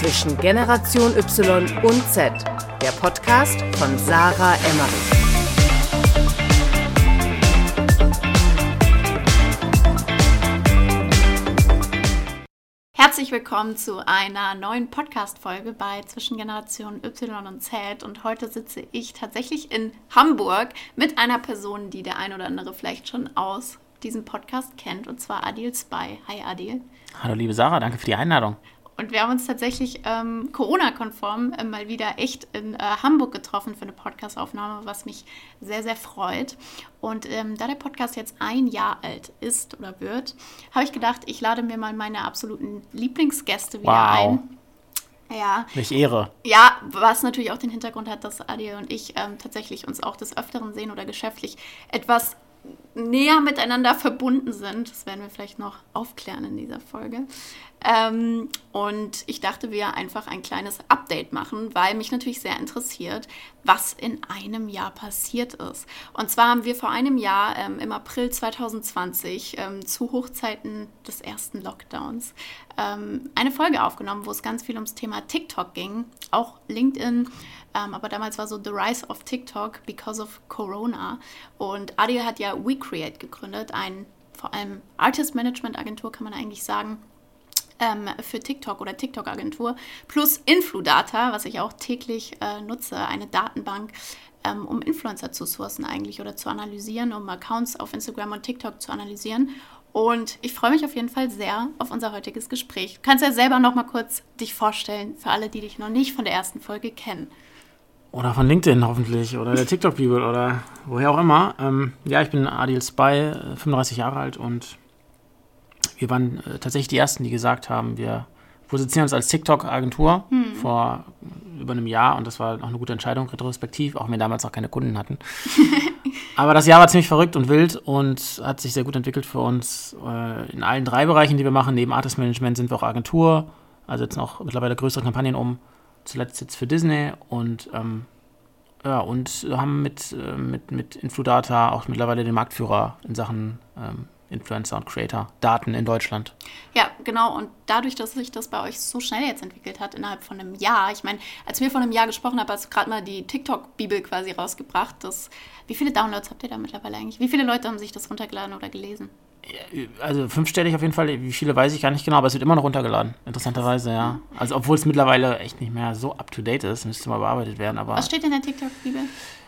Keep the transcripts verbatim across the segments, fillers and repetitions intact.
zwischen Generation Y und Z, der Podcast von Sarah Emmerich. Herzlich willkommen zu einer neuen Podcast-Folge bei Zwischen Generation Y und Z. Und heute sitze ich tatsächlich in Hamburg mit einer Person, die der ein oder andere vielleicht schon aus diesem Podcast kennt, und zwar Adil Spy. Hi Adil. Hallo liebe Sarah, danke für die Einladung. Und wir haben uns tatsächlich ähm, Corona-konform äh, mal wieder echt in äh, Hamburg getroffen für eine Podcast-Aufnahme, was mich sehr, sehr freut. Und ähm, da der Podcast jetzt ein Jahr alt ist oder wird, habe ich gedacht, ich lade mir mal meine absoluten Lieblingsgäste wieder wow. ein. Ja. Welche Ehre. Ja, was natürlich auch den Hintergrund hat, dass Adil und ich ähm, tatsächlich uns auch des Öfteren sehen oder geschäftlich etwas näher miteinander verbunden sind. Das werden wir vielleicht noch aufklären in dieser Folge. Ähm, und ich dachte, wir einfach ein kleines Update machen, weil mich natürlich sehr interessiert, was in einem Jahr passiert ist. Und zwar haben wir vor einem Jahr, ähm, im April zwanzig zwanzig, ähm, zu Hochzeiten des ersten Lockdowns, ähm, eine Folge aufgenommen, wo es ganz viel ums Thema TikTok ging, auch LinkedIn. Um, aber damals war so The Rise of TikTok because of Corona. Und Adil hat ja WeCreate gegründet, ein vor allem Artist-Management-Agentur, kann man eigentlich sagen, ähm, für TikTok oder TikTok-Agentur. Plus Infludata, was ich auch täglich äh, nutze, eine Datenbank, ähm, um Influencer zu sourcen eigentlich oder zu analysieren, um Accounts auf Instagram und TikTok zu analysieren. Und ich freue mich auf jeden Fall sehr auf unser heutiges Gespräch. Du kannst ja selber noch mal kurz dich vorstellen, für alle, die dich noch nicht von der ersten Folge kennen. Oder von LinkedIn hoffentlich oder der TikTok-Bibel oder woher auch immer. Ähm, ja, ich bin Adil Spy, fünfunddreißig Jahre alt, und wir waren äh, tatsächlich die Ersten, die gesagt haben, wir positionieren uns als TikTok-Agentur hm. vor über einem Jahr, und das war auch eine gute Entscheidung retrospektiv, auch wenn wir damals noch keine Kunden hatten. Aber das Jahr war ziemlich verrückt und wild und hat sich sehr gut entwickelt für uns. Äh, in allen drei Bereichen, die wir machen, neben Artist Management sind wir auch Agentur, also jetzt auch mittlerweile größere Kampagnen um. Zuletzt jetzt für Disney und ähm, ja, und haben mit, äh, mit, mit Infludata auch mittlerweile den Marktführer in Sachen ähm, Influencer und Creator Daten in Deutschland. Ja, genau. Und dadurch, dass sich das bei euch so schnell jetzt entwickelt hat, innerhalb von einem Jahr, ich meine, als wir vor einem Jahr gesprochen haben, hast du gerade mal die TikTok-Bibel quasi rausgebracht. Das, wie viele Downloads habt ihr da mittlerweile eigentlich? Wie viele Leute haben sich das runtergeladen oder gelesen? Also fünfstellig auf jeden Fall, wie viele weiß ich gar nicht genau, aber es wird immer noch runtergeladen, interessanterweise, ja. Also obwohl es mittlerweile echt nicht mehr so up-to-date ist, müsste mal bearbeitet werden, aber... Was steht in der TikTok-Bibel?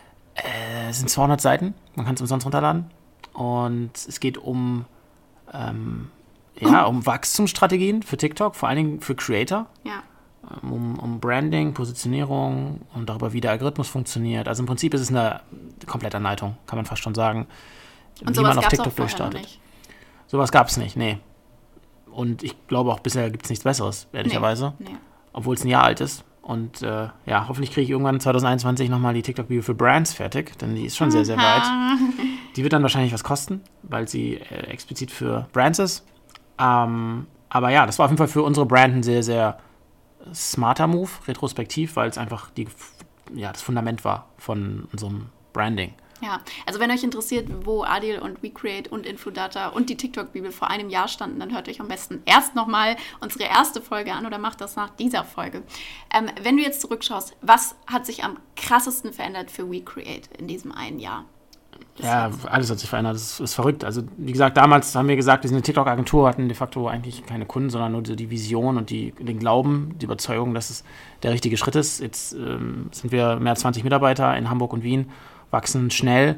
Äh, es sind zweihundert Seiten, man kann es umsonst runterladen, und es geht um, ähm, ja, um Wachstumsstrategien für TikTok, vor allen Dingen für Creator, ja. um, um Branding, Positionierung und darüber, wie der Algorithmus funktioniert. Also im Prinzip ist es eine komplette Anleitung, kann man fast schon sagen, und wie man auf TikTok durchstartet. Sowas gab es nicht, nee. Und ich glaube auch, bisher gibt es nichts Besseres, ehrlicherweise. Nee, nee. Obwohl es ein Jahr alt ist. Und äh, ja, hoffentlich kriege ich irgendwann zwanzig einundzwanzig nochmal die TikTok-Bibel für Brands fertig, denn die ist schon sehr, sehr weit. Die wird dann wahrscheinlich was kosten, weil sie äh, explizit für Brands ist. Ähm, aber ja, das war auf jeden Fall für unsere Brand ein sehr, sehr smarter Move, retrospektiv, weil es einfach die, ja, das Fundament war von unserem Branding. Ja, also wenn euch interessiert, wo Adil und WeCreate und Infludata und die TikTok-Bibel vor einem Jahr standen, dann hört euch am besten erst nochmal unsere erste Folge an oder macht das nach dieser Folge. Ähm, wenn du jetzt zurückschaust, was hat sich am krassesten verändert für WeCreate in diesem einen Jahr? Ja, alles hat sich verändert, das ist, ist verrückt. Also wie gesagt, damals haben wir gesagt, wir sind eine TikTok-Agentur, hatten de facto eigentlich keine Kunden, sondern nur die Vision und die, den Glauben, die Überzeugung, dass es der richtige Schritt ist. Jetzt ähm, sind wir mehr als zwanzig Mitarbeiter in Hamburg und Wien, wachsen schnell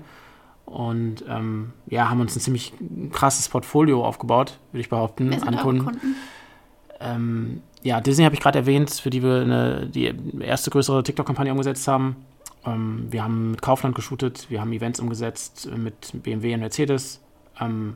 und ähm, ja, haben uns ein ziemlich krasses Portfolio aufgebaut, würde ich behaupten, Wer sind an Kunden. Kunden? Ähm, ja, Disney habe ich gerade erwähnt, für die wir eine, die erste größere TikTok-Kampagne umgesetzt haben. Ähm, wir haben mit Kaufland geshootet, wir haben Events umgesetzt mit B M W und Mercedes. Ähm,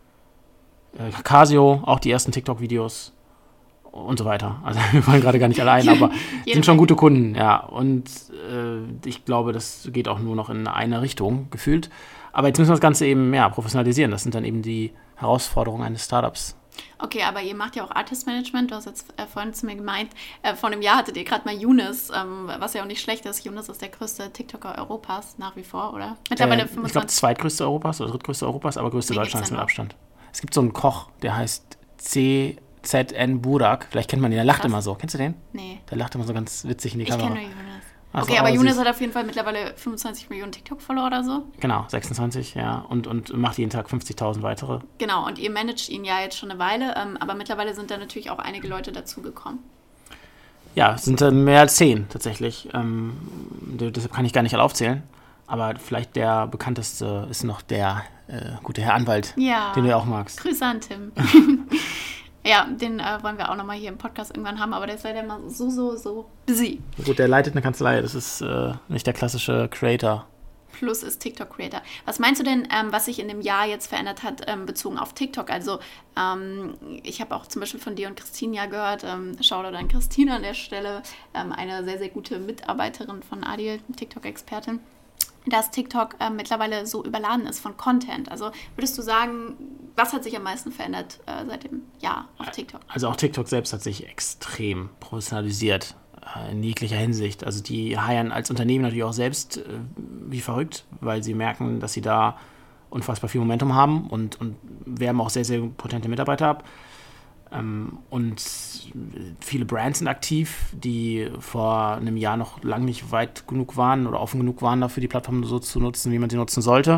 äh, Casio, auch die ersten TikTok-Videos und so weiter. Also wir wollen gerade gar nicht alle ein, aber sind schon gute Kunden, ja. Und äh, ich glaube, das geht auch nur noch in eine Richtung, gefühlt. Aber jetzt müssen wir das Ganze eben ja, professionalisieren. Das sind dann eben die Herausforderungen eines Startups. Okay, aber ihr macht ja auch Artist Management. Du hast jetzt äh, vorhin zu mir gemeint, äh, vor einem Jahr hattet ihr gerade mal Younes, ähm, was ja auch nicht schlecht ist. Younes ist der größte TikToker Europas nach wie vor, oder? Mittlerweile äh, fünfundzwanzig. Ich glaube, zweitgrößte Europas oder drittgrößte Europas, aber größte Wie Deutschlands mit noch? Abstand. Es gibt so einen Koch, der heißt C Z N Burak. Vielleicht kennt man ihn, der lacht Krass. immer so. Kennst du den? Nee. Der lacht immer so ganz witzig in die Ich Kamera. kenne nur Jonas. Ach so, Okay, aber aber Jonas süß. hat auf jeden Fall mittlerweile fünfundzwanzig Millionen TikTok-Follower oder so. Genau, sechsundzwanzig, ja. Und, und macht jeden Tag fünfzigtausend weitere. Genau, und ihr managt ihn ja jetzt schon eine Weile, ähm, aber mittlerweile sind da natürlich auch einige Leute dazugekommen. Ja, es sind äh, mehr als zehn tatsächlich. Ähm, d- deshalb kann ich gar nicht alle aufzählen. Aber vielleicht der bekannteste ist noch der äh, gute Herr Anwalt, Ja. den du ja auch magst. Grüße an Tim. Ja, den äh, wollen wir auch nochmal hier im Podcast irgendwann haben, aber der ist leider immer so, so, so busy. Gut, der leitet eine Kanzlei. Das ist äh, nicht der klassische Creator. Plus ist TikTok-Creator. Was meinst du denn, ähm, was sich in dem Jahr jetzt verändert hat, ähm, bezogen auf TikTok? Also ähm, ich habe auch zum Beispiel von dir und Christine ja gehört, ähm, Shoutout an Christine an der Stelle, ähm, eine sehr, sehr gute Mitarbeiterin von Adil, TikTok-Expertin, dass TikTok ähm, mittlerweile so überladen ist von Content. Also würdest du sagen, was hat sich am meisten verändert äh, seit dem Jahr auf TikTok? Also auch TikTok selbst hat sich extrem professionalisiert äh, in jeglicher Hinsicht. Also die heiern als Unternehmen natürlich auch selbst äh, wie verrückt, weil sie merken, dass sie da unfassbar viel Momentum haben und, und werben auch sehr, sehr potente Mitarbeiter ab. Ähm, und viele Brands sind aktiv, die vor einem Jahr noch lange nicht weit genug waren oder offen genug waren, dafür die Plattform so zu nutzen, wie man sie nutzen sollte.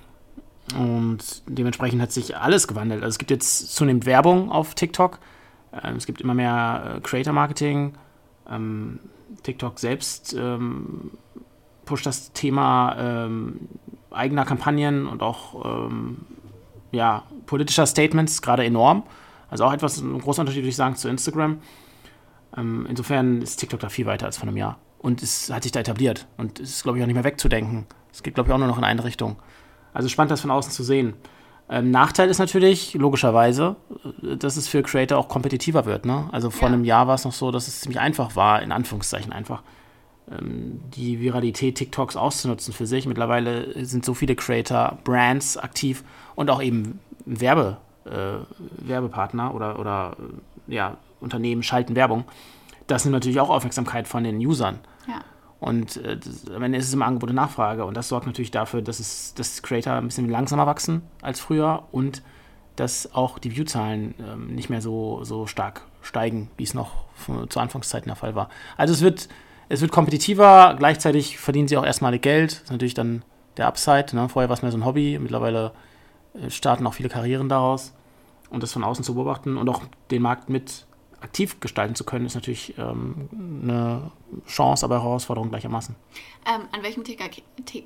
Und dementsprechend hat sich alles gewandelt. Also es gibt jetzt zunehmend Werbung auf TikTok. Ähm, es gibt immer mehr äh, Creator-Marketing. Ähm, TikTok selbst ähm, pusht das Thema ähm, eigener Kampagnen und auch ähm, ja, politischer Statements gerade enorm. Also auch etwas, ein großer Unterschied, würde ich sagen, zu Instagram. Ähm, insofern ist TikTok da viel weiter als vor einem Jahr. Und es hat sich da etabliert. Und es ist, glaube ich, auch nicht mehr wegzudenken. Es geht, glaube ich, auch nur noch in eine Richtung. Also spannend, das von außen zu sehen. Ähm, Nachteil ist natürlich, logischerweise, dass es für Creator auch kompetitiver wird. Ne? Also vor Ja. einem Jahr war es noch so, dass es ziemlich einfach war, in Anführungszeichen einfach, ähm, die Viralität TikToks auszunutzen für sich. Mittlerweile sind so viele Creator, Brands aktiv und auch eben Werbe, äh, Werbepartner oder, oder äh, ja, Unternehmen schalten Werbung. Das nimmt natürlich auch Aufmerksamkeit von den Usern. Ja. Und äh, das, am Ende ist es immer Angebot und Nachfrage. Und das sorgt natürlich dafür, dass es dass Creator ein bisschen langsamer wachsen als früher und dass auch die Viewzahlen ähm, nicht mehr so, so stark steigen, wie es noch von, zu Anfangszeiten der Fall war. Also es wird, es wird kompetitiver, gleichzeitig verdienen sie auch erstmalig Geld. Das ist natürlich dann der Upside. Ne? Vorher war es mehr so ein Hobby, mittlerweile äh, starten auch viele Karrieren daraus. Und das von außen zu beobachten und auch den Markt mit aktiv gestalten zu können, ist natürlich ähm, eine Chance, aber Herausforderung gleichermaßen. Ähm, an welchem T K P... T-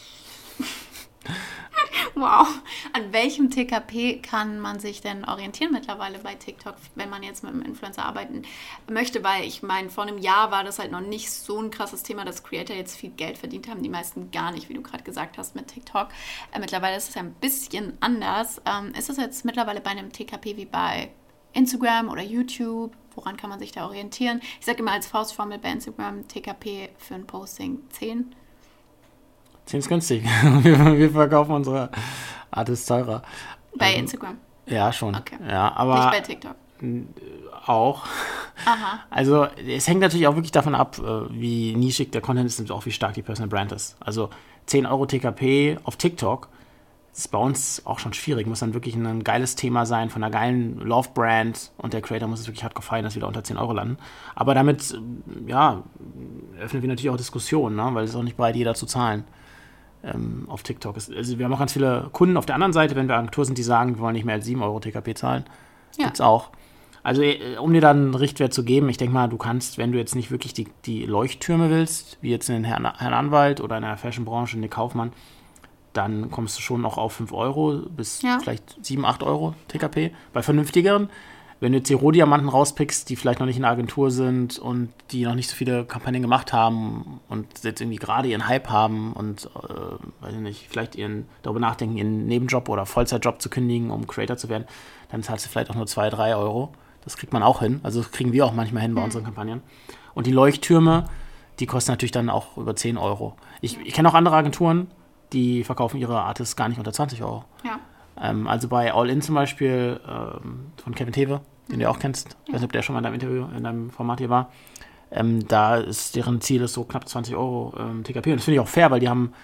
wow. An welchem T K P kann man sich denn orientieren mittlerweile bei TikTok, wenn man jetzt mit einem Influencer arbeiten möchte? Weil ich meine, vor einem Jahr war das halt noch nicht so ein krasses Thema, dass Creator jetzt viel Geld verdient haben. Die meisten gar nicht, wie du gerade gesagt hast, mit TikTok. Äh, mittlerweile ist es ja ein bisschen anders. Ähm, ist es jetzt mittlerweile bei einem T K P wie bei Instagram oder YouTube? Woran kann man sich da orientieren? Ich sage immer als Faustformel bei Instagram T K P für ein Posting zehn. zehn ist günstig. wir, wir verkaufen unsere Artists teurer. Bei Ähm, Instagram? Ja, schon. Okay. Ja, aber Nicht bei TikTok? auch. Aha. Also es hängt natürlich auch wirklich davon ab, äh, wie nischig der Content ist und auch wie stark die Personal Brand ist. Also zehn Euro T K P auf TikTok ist bei uns auch schon schwierig. Muss dann wirklich ein geiles Thema sein von einer geilen Love-Brand und der Creator muss es wirklich hardcore feiern, dass wir da unter zehn Euro landen. Aber damit, äh, ja, öffnen wir natürlich auch Diskussionen, ne? Weil es ist auch nicht bereit, jeder zu zahlen ähm, auf TikTok. Es, also wir haben auch ganz viele Kunden auf der anderen Seite, wenn wir Agentur sind, die sagen, wir wollen nicht mehr als sieben Euro T K P zahlen. Ja. Gibt's auch. Also äh, um dir dann einen Richtwert zu geben, ich denke mal, du kannst, wenn du jetzt nicht wirklich die, die Leuchttürme willst, wie jetzt in den Herrn, Herrn Anwalt oder in der Fashionbranche, in den Kaufmann, dann kommst du schon noch auf fünf Euro bis Ja. vielleicht sieben, acht Euro T K P. Bei vernünftigeren, wenn du jetzt die Rohdiamanten rauspickst, die vielleicht noch nicht in der Agentur sind und die noch nicht so viele Kampagnen gemacht haben und jetzt irgendwie gerade ihren Hype haben und, äh, weiß ich nicht, vielleicht ihren, darüber nachdenken, ihren Nebenjob oder Vollzeitjob zu kündigen, um Creator zu werden, dann zahlst du vielleicht auch nur zwei, drei Euro. Das kriegt man auch hin. Also das kriegen wir auch manchmal hin bei unseren Kampagnen. Und die Leuchttürme, die kosten natürlich dann auch über zehn Euro. Ich, ich kenne auch andere Agenturen, die verkaufen ihre Artists gar nicht unter zwanzig Euro. Ja. Ähm, also bei All In zum Beispiel ähm, von Kevin Tewe, den du ja auch kennst. Ich weiß nicht, ob der schon mal in deinem Interview, in deinem Format hier war. Ähm, da ist deren Ziel ist so knapp zwanzig Euro ähm, T K P. Und das finde ich auch fair, weil die haben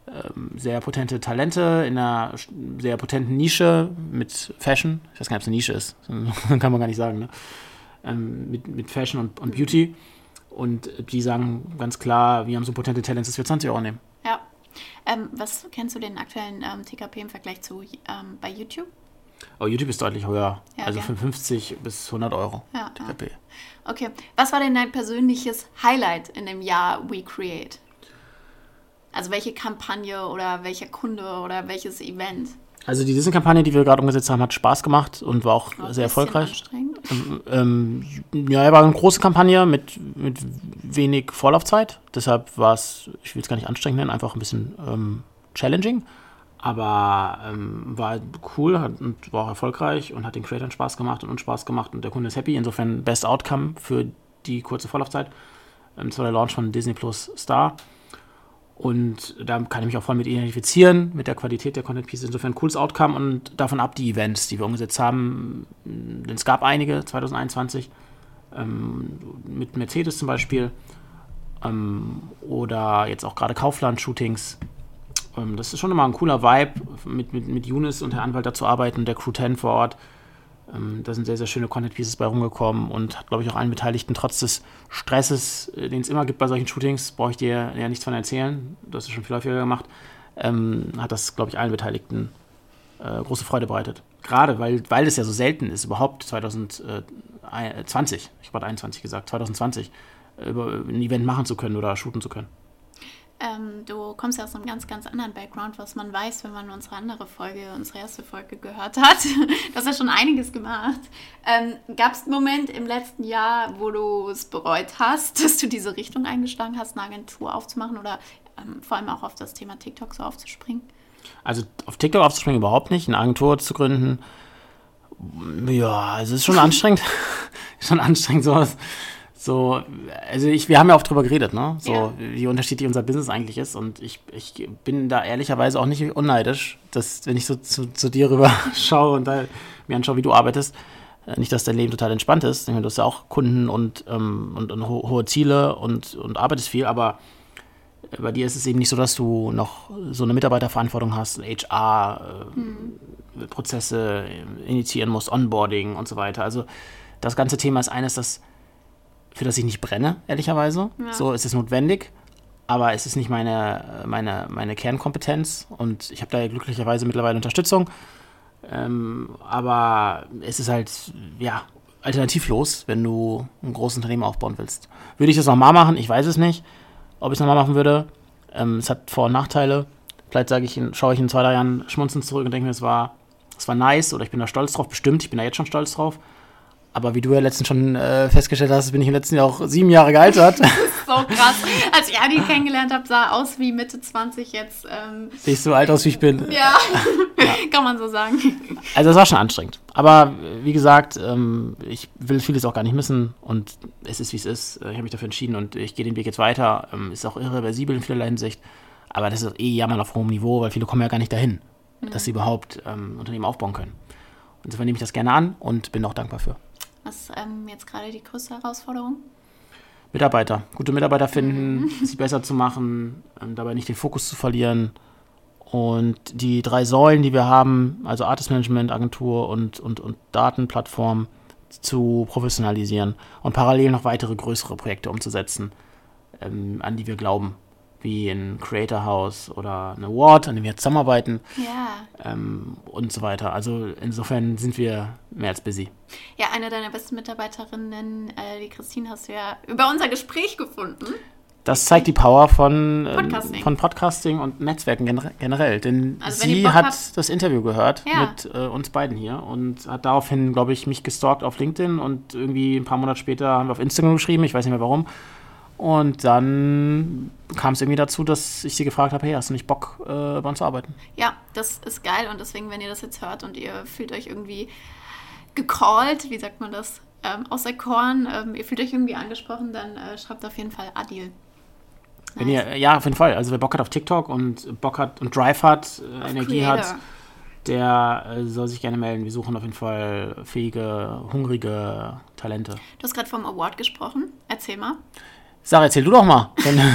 ähm, sehr potente Talente in einer sehr potenten Nische mit Fashion. Ich weiß gar nicht, ob es eine Nische ist. Kann man gar nicht sagen, ne? Ähm, mit, mit Fashion und, und Beauty. Und die sagen ganz klar, wir haben so potente Talents, dass wir zwanzig Euro nehmen. Ja. Ähm, was kennst du den aktuellen ähm, T K P im Vergleich zu ähm, bei YouTube? Oh, YouTube ist deutlich höher. Ja, also okay. von fünfzig bis hundert Euro Ja, T K P. ja. Okay. Was war denn dein persönliches Highlight in dem Jahr We Create? Also welche Kampagne oder welcher Kunde oder welches Event? Also die Disney-Kampagne, die wir gerade umgesetzt haben, hat Spaß gemacht und war auch War sehr ein bisschen erfolgreich. Anstrengend. Ähm, ja, war eine große Kampagne mit, mit wenig Vorlaufzeit. Deshalb war es, ich will es gar nicht anstrengend nennen, einfach ein bisschen ähm, challenging. Aber ähm, war cool hat, und war auch erfolgreich und hat den Creatoren Spaß gemacht und uns Spaß gemacht und der Kunde ist happy. Insofern Best Outcome für die kurze Vorlaufzeit. Ähm, das war der Launch von Disney Plus Star. Und da kann ich mich auch voll mit identifizieren, mit der Qualität der Content Pieces. Insofern ein cooles Outcome und davon ab die Events, die wir umgesetzt haben. Denn es gab einige zwanzig einundzwanzig, ähm, mit Mercedes zum Beispiel. Ähm, oder jetzt auch gerade Kaufland-Shootings. Ähm, das ist schon immer ein cooler Vibe, mit, mit, mit Younes und Herr Anwalt da zu arbeiten, der Crew zehn vor Ort. Ähm, da sind sehr, sehr schöne Content Pieces bei rumgekommen und hat, glaube ich, auch allen Beteiligten trotz des Stresses, äh, den es immer gibt bei solchen Shootings, brauche ich dir ja nichts von erzählen, du hast es schon viel häufiger gemacht, ähm, hat das, glaube ich, allen Beteiligten äh, große Freude bereitet. Gerade, weil, weil es ja so selten ist, überhaupt zwanzig zwanzig, ich habe gerade einundzwanzig gesagt, zwanzig zwanzig, äh, ein Event machen zu können oder shooten zu können. Ähm, du kommst ja aus einem ganz, ganz anderen Background, was man weiß, wenn man unsere andere Folge, unsere erste Folge gehört hat. Du hast ja schon einiges gemacht. Ähm, Gab es einen Moment im letzten Jahr, wo du es bereut hast, dass du diese Richtung eingeschlagen hast, eine Agentur aufzumachen oder ähm, vor allem auch auf das Thema TikTok so aufzuspringen? Also auf TikTok aufzuspringen überhaupt nicht, eine Agentur zu gründen, ja, es ist schon anstrengend. schon anstrengend sowas. So, also ich, wir haben ja auch drüber geredet, ne? So, ja. Wie unterschiedlich unser Business eigentlich ist. Und ich, ich bin da ehrlicherweise auch nicht unneidisch, dass, wenn ich so zu, zu dir rüber schaue und da mir anschaue, wie du arbeitest, nicht, dass dein Leben total entspannt ist. Ich meine, du hast ja auch Kunden und, ähm, und, und ho- hohe Ziele und, und arbeitest viel, aber bei dir ist es eben nicht so, dass du noch so eine Mitarbeiterverantwortung hast, H R-Prozesse äh, mhm. initiieren musst, Onboarding und so weiter. Also das ganze Thema ist eines, das für das ich nicht brenne, ehrlicherweise. Ja. So, es ist notwendig, aber es ist nicht meine, meine, meine Kernkompetenz und ich habe da glücklicherweise mittlerweile Unterstützung. Ähm, aber es ist halt, ja, alternativlos, wenn du ein großes Unternehmen aufbauen willst. Würde ich das nochmal machen? Ich weiß es nicht, ob ich es nochmal machen würde. Ähm, es hat Vor- und Nachteile. Vielleicht sage ich, schaue ich in zwei, drei Jahren schmunzelnd zurück und denke mir, es war, es war nice oder ich bin da stolz drauf. Bestimmt, ich bin da jetzt schon stolz drauf. Aber wie du ja letztens schon äh, festgestellt hast, bin ich im letzten Jahr auch sieben Jahre gealtert. Das ist so krass. Als ich Adi kennengelernt habe, sah er aus wie Mitte zwanzig jetzt. Ähm, Sehe ich so alt aus, wie ich bin. Ja, ja. Kann man so sagen. Also das war schon anstrengend. Aber wie gesagt, ähm, ich will vieles auch gar nicht missen. Und es ist, wie es ist. Ich habe mich dafür entschieden und ich gehe den Weg jetzt weiter. Ähm, ist auch irreversibel in vielerlei Hinsicht. Aber das ist eh Jammern auf hohem Niveau, weil viele kommen ja gar nicht dahin, mhm. dass sie überhaupt ähm, Unternehmen aufbauen können. Insofern nehme ich das gerne an und bin auch dankbar für. Was ist ähm, jetzt gerade die größte Herausforderung? Mitarbeiter. Gute Mitarbeiter finden, mhm. sie besser zu machen, ähm, dabei nicht den Fokus zu verlieren. Und die drei Säulen, die wir haben, also Artist Management, Agentur und, und, und Datenplattform, zu professionalisieren und parallel noch weitere größere Projekte umzusetzen, ähm, an die wir glauben. Wie ein Creator House oder ein Award, an dem wir zusammenarbeiten ja. ähm, und so weiter. Also insofern sind wir mehr als busy. Ja, eine deiner besten Mitarbeiterinnen, äh, die Christine, hast du ja über unser Gespräch gefunden. Das zeigt die Power von Podcasting, ähm, von Podcasting und Netzwerken gener- generell. Denn also, sie hat habt, das Interview gehört ja. mit äh, uns beiden hier und hat daraufhin, glaube ich, mich gestalkt auf LinkedIn und irgendwie ein paar Monate später haben wir auf Instagram geschrieben, ich weiß nicht mehr warum. Und dann kam es irgendwie dazu, dass ich sie gefragt habe, hey, hast du nicht Bock, äh, bei uns zu arbeiten? Ja, das ist geil und deswegen, wenn ihr das jetzt hört und ihr fühlt euch irgendwie gecallt, wie sagt man das, ähm, auserkoren, ähm, ihr fühlt euch irgendwie angesprochen, dann äh, schreibt auf jeden Fall Adil. Nice. Wenn ihr, ja, auf jeden Fall. Also wer Bock hat auf TikTok und Bock hat und Drive hat, äh, Energie Creator. hat, der äh, soll sich gerne melden. Wir suchen auf jeden Fall fähige, hungrige Talente. Du hast gerade vom Award gesprochen. Erzähl mal. Sarah, erzähl du doch mal.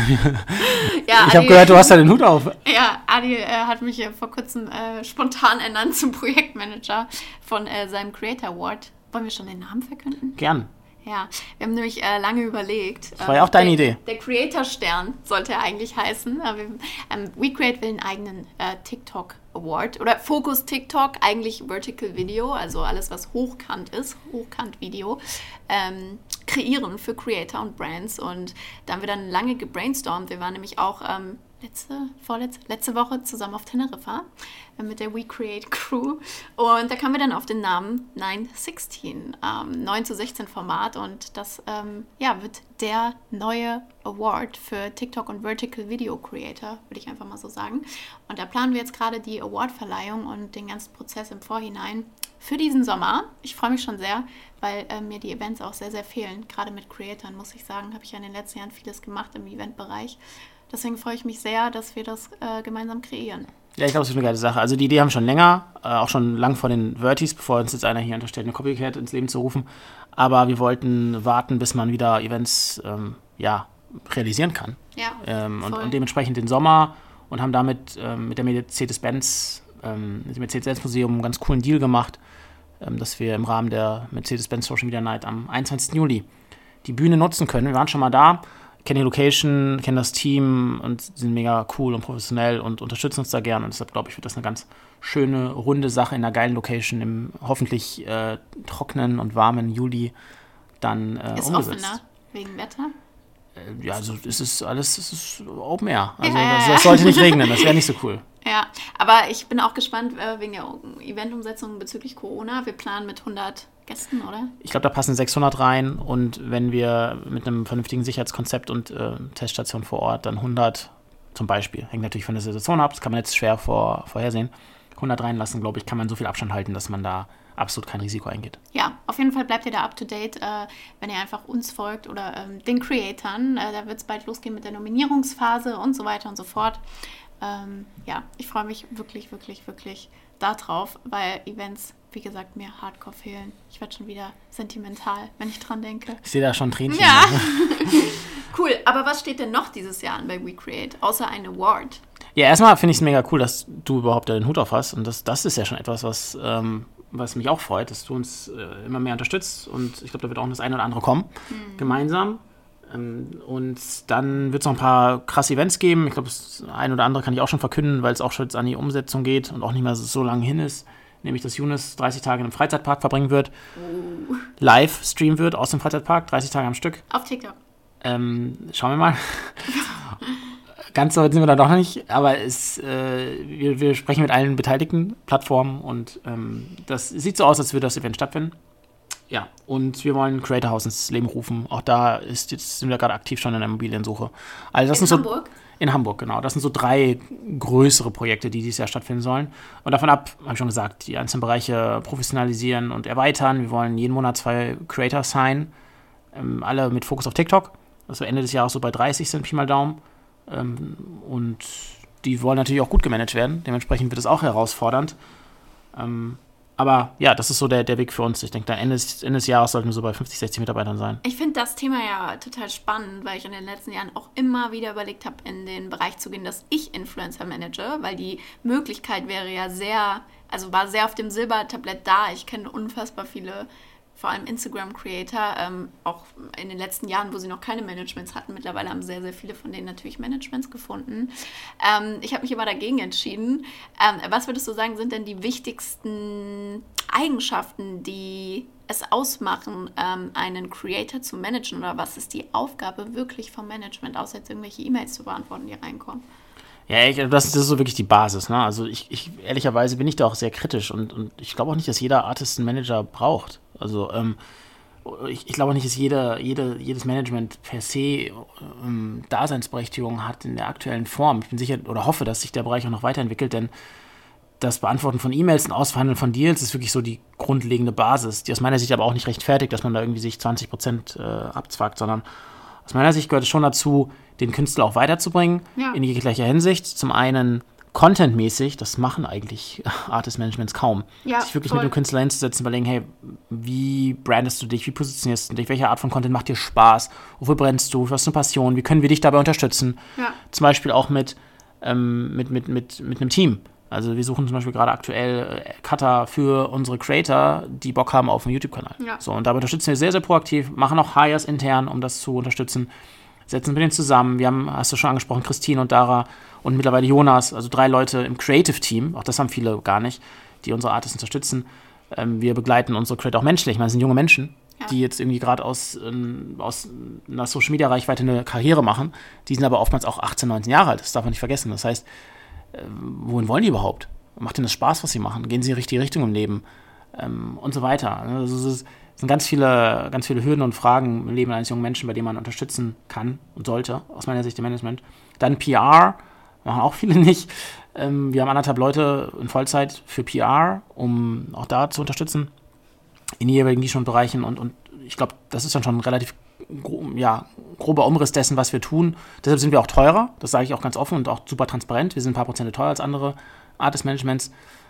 Ja, ich habe gehört, du hast da den Hut auf. Ja, Adi äh, hat mich äh, vor kurzem äh, spontan ernannt zum Projektmanager von äh, seinem Creator Award. Wollen wir schon den Namen verkünden? Gern. Ja, wir haben nämlich äh, lange überlegt. Das war ja auch deine der, Idee. Der Creator-Stern sollte er eigentlich heißen. Aber wir, ähm, WeCreate will einen eigenen äh, TikTok Award oder Fokus TikTok, eigentlich Vertical Video, also alles, was hochkant ist, Hochkant-Video, ähm, kreieren für Creator und Brands. Und da haben wir dann lange gebrainstormt. Wir waren nämlich auch ähm, letzte, vorletzte, letzte Woche zusammen auf Teneriffa äh, mit der WeCreate Crew. Und da kamen wir dann auf den Namen neun sechzehn, ähm, neun zu sechzehn Format. Und das ähm, ja, wird der neue Award für TikTok und Vertical Video Creator, würde ich einfach mal so sagen. Und da planen wir jetzt gerade die Awardverleihung und den ganzen Prozess im Vorhinein für diesen Sommer. Ich freue mich schon sehr, weil äh, mir die Events auch sehr, sehr fehlen. Gerade mit Creatoren, muss ich sagen, habe ich ja in den letzten Jahren vieles gemacht im Eventbereich. Deswegen freue ich mich sehr, dass wir das äh, gemeinsam kreieren. Ja, ich glaube, das ist eine geile Sache. Also die Idee haben wir schon länger, äh, auch schon lang vor den Vertis, bevor uns jetzt einer hier unterstellt, eine Copycat ins Leben zu rufen. Aber wir wollten warten, bis man wieder Events ähm, ja, realisieren kann. Ja, ähm, und, und dementsprechend den Sommer und haben damit ähm, mit der Mercedes-Benz, ähm, mit dem Mercedes-Benz-Museum einen ganz coolen Deal gemacht, ähm, dass wir im Rahmen der Mercedes-Benz Social Media Night am einundzwanzigsten Juli die Bühne nutzen können. Wir waren schon mal da, kennen die Location, kennen das Team und sind mega cool und professionell und unterstützen uns da gern. Und deshalb, glaube ich, wird das eine ganz schöne, runde Sache in einer geilen Location im hoffentlich äh, trockenen und warmen Juli dann äh, ist umgesetzt. Ist offener, wegen Wetter? Äh, ja, also es ist alles, es ist Open Air. Also ja, ja, das, ja. das sollte nicht regnen, das wäre nicht so cool. Ja, aber ich bin auch gespannt äh, wegen der Eventumsetzung bezüglich Corona. Wir planen mit hundert Gästen, oder? Ich glaube, da passen sechshundert rein und wenn wir mit einem vernünftigen Sicherheitskonzept und äh, Teststation vor Ort dann hundert zum Beispiel, hängt natürlich von der Situation ab, das kann man jetzt schwer vor, vorhersehen, hundert reinlassen, glaube ich, kann man so viel Abstand halten, dass man da absolut kein Risiko eingeht. Ja, auf jeden Fall bleibt ihr da up to date, äh, wenn ihr einfach uns folgt oder ähm, den Creatoren. Äh, da wird es bald losgehen mit der Nominierungsphase und so weiter und so fort. Ähm, ja, ich freue mich wirklich, wirklich, wirklich darauf, weil Events, wie gesagt, mir hardcore fehlen. Ich werde schon wieder sentimental, wenn ich dran denke. Ich sehe da schon Tränchen. Ja. Cool, aber was steht denn noch dieses Jahr an bei WeCreate, außer ein Award? Ja, erstmal finde ich es mega cool, dass du überhaupt den Hut auf hast und das, das ist ja schon etwas, was, ähm, was mich auch freut, dass du uns äh, immer mehr unterstützt und ich glaube, da wird auch das eine oder andere kommen, mhm. gemeinsam. Ähm, und dann wird es noch ein paar krasse Events geben. Ich glaube, das eine oder andere kann ich auch schon verkünden, weil es auch schon jetzt an die Umsetzung geht und auch nicht mehr so lange hin ist. Nämlich, dass Younes dreißig Tage in einem Freizeitpark verbringen wird, uh. live streamen wird aus dem Freizeitpark, dreißig Tage am Stück. Auf TikTok. Ähm, schauen wir mal. Ganz so weit sind wir da doch noch nicht, aber es, äh, wir, wir sprechen mit allen beteiligten Plattformen und ähm, das sieht so aus, als würde das Event stattfinden. Ja, und wir wollen Creator House ins Leben rufen. Auch da ist jetzt, sind wir gerade aktiv schon in der Immobiliensuche. Also das in sind Hamburg? So, in Hamburg, genau. Das sind so drei größere Projekte, die dieses Jahr stattfinden sollen. Und davon ab, habe ich schon gesagt, die einzelnen Bereiche professionalisieren und erweitern. Wir wollen jeden Monat zwei Creator sein, ähm, alle mit Fokus auf TikTok, dass wir Ende des Jahres so bei dreißig sind, Pi mal Daumen. Ähm, und die wollen natürlich auch gut gemanagt werden. Dementsprechend wird es auch herausfordernd. Ähm, Aber ja, das ist so der, der Weg für uns. Ich denke, Ende des, Ende des Jahres sollten wir so bei fünfzig, sechzig Mitarbeitern sein. Ich finde das Thema ja total spannend, weil ich in den letzten Jahren auch immer wieder überlegt habe, in den Bereich zu gehen, dass ich Influencer manage, weil die Möglichkeit wäre ja sehr, also war sehr auf dem Silbertablett da. Ich kenne unfassbar viele, vor allem Instagram-Creator, ähm, auch in den letzten Jahren, wo sie noch keine Managements hatten. Mittlerweile haben sehr, sehr viele von denen natürlich Managements gefunden. Ähm, ich habe mich immer dagegen entschieden. Ähm, was würdest du sagen, sind denn die wichtigsten Eigenschaften, die es ausmachen, ähm, einen Creator zu managen? Oder was ist die Aufgabe wirklich vom Management, außer jetzt irgendwelche E-Mails zu beantworten, die reinkommen? Ja, ich, das, das ist so wirklich die Basis. Ne? Also ich, ich ehrlicherweise bin ich da auch sehr kritisch und, und ich glaube auch nicht, dass jeder Artist einen Manager braucht. Also ähm, ich, ich glaube auch nicht, dass jeder, jede, jedes Management per se ähm, Daseinsberechtigung hat in der aktuellen Form. Ich bin sicher oder hoffe, dass sich der Bereich auch noch weiterentwickelt, denn das Beantworten von E-Mails und Ausverhandeln von Deals ist wirklich so die grundlegende Basis, die aus meiner Sicht aber auch nicht rechtfertigt, dass man da irgendwie sich zwanzig Prozent äh, abzwackt, sondern aus meiner Sicht gehört es schon dazu, den Künstler auch weiterzubringen, ja. in jeglicher Hinsicht. Zum einen contentmäßig, das machen eigentlich Artist-Managements kaum. Ja, sich wirklich voll. mit dem Künstler hinzusetzen, überlegen, hey, wie brandest du dich, wie positionierst du dich, welche Art von Content macht dir Spaß, wofür brennst du, was hast du eine Passion, wie können wir dich dabei unterstützen? Ja. Zum Beispiel auch mit, ähm, mit, mit, mit, mit einem Team. Also wir suchen zum Beispiel gerade aktuell äh, Cutter für unsere Creator, die Bock haben auf einen YouTube-Kanal. Ja. So, und dabei unterstützen wir sehr, sehr proaktiv, machen auch Hires intern, um das zu unterstützen, setzen mit denen zusammen. Wir haben, hast du schon angesprochen, Christine und Dara und mittlerweile Jonas, also drei Leute im Creative-Team, auch das haben viele gar nicht, die unsere Artists unterstützen. Ähm, wir begleiten unsere Creator auch menschlich. Ich meine, das sind junge Menschen, ja. die jetzt irgendwie gerade aus, ähm, aus einer Social-Media-Reichweite eine Karriere machen. Die sind aber oftmals auch achtzehn, neunzehn Jahre alt, das darf man nicht vergessen. Das heißt, äh, wohin wollen die überhaupt? Macht ihnen das Spaß, was sie machen? Gehen sie in die richtige Richtung im Leben? Ähm, und so weiter. Also es ist, es sind ganz viele, ganz viele Hürden und Fragen im Leben eines jungen Menschen, bei denen man unterstützen kann und sollte, aus meiner Sicht im Management. Dann P R, machen auch viele nicht. Ähm, wir haben anderthalb Leute in Vollzeit für P R, um auch da zu unterstützen, in jeweiligen Nischen und Bereichen. Und, und ich glaube, das ist dann schon ein relativ gro- ja, grober Umriss dessen, was wir tun. Deshalb sind wir auch teurer, das sage ich auch ganz offen und auch super transparent. Wir sind ein paar Prozent teurer als andere Artist-Managements.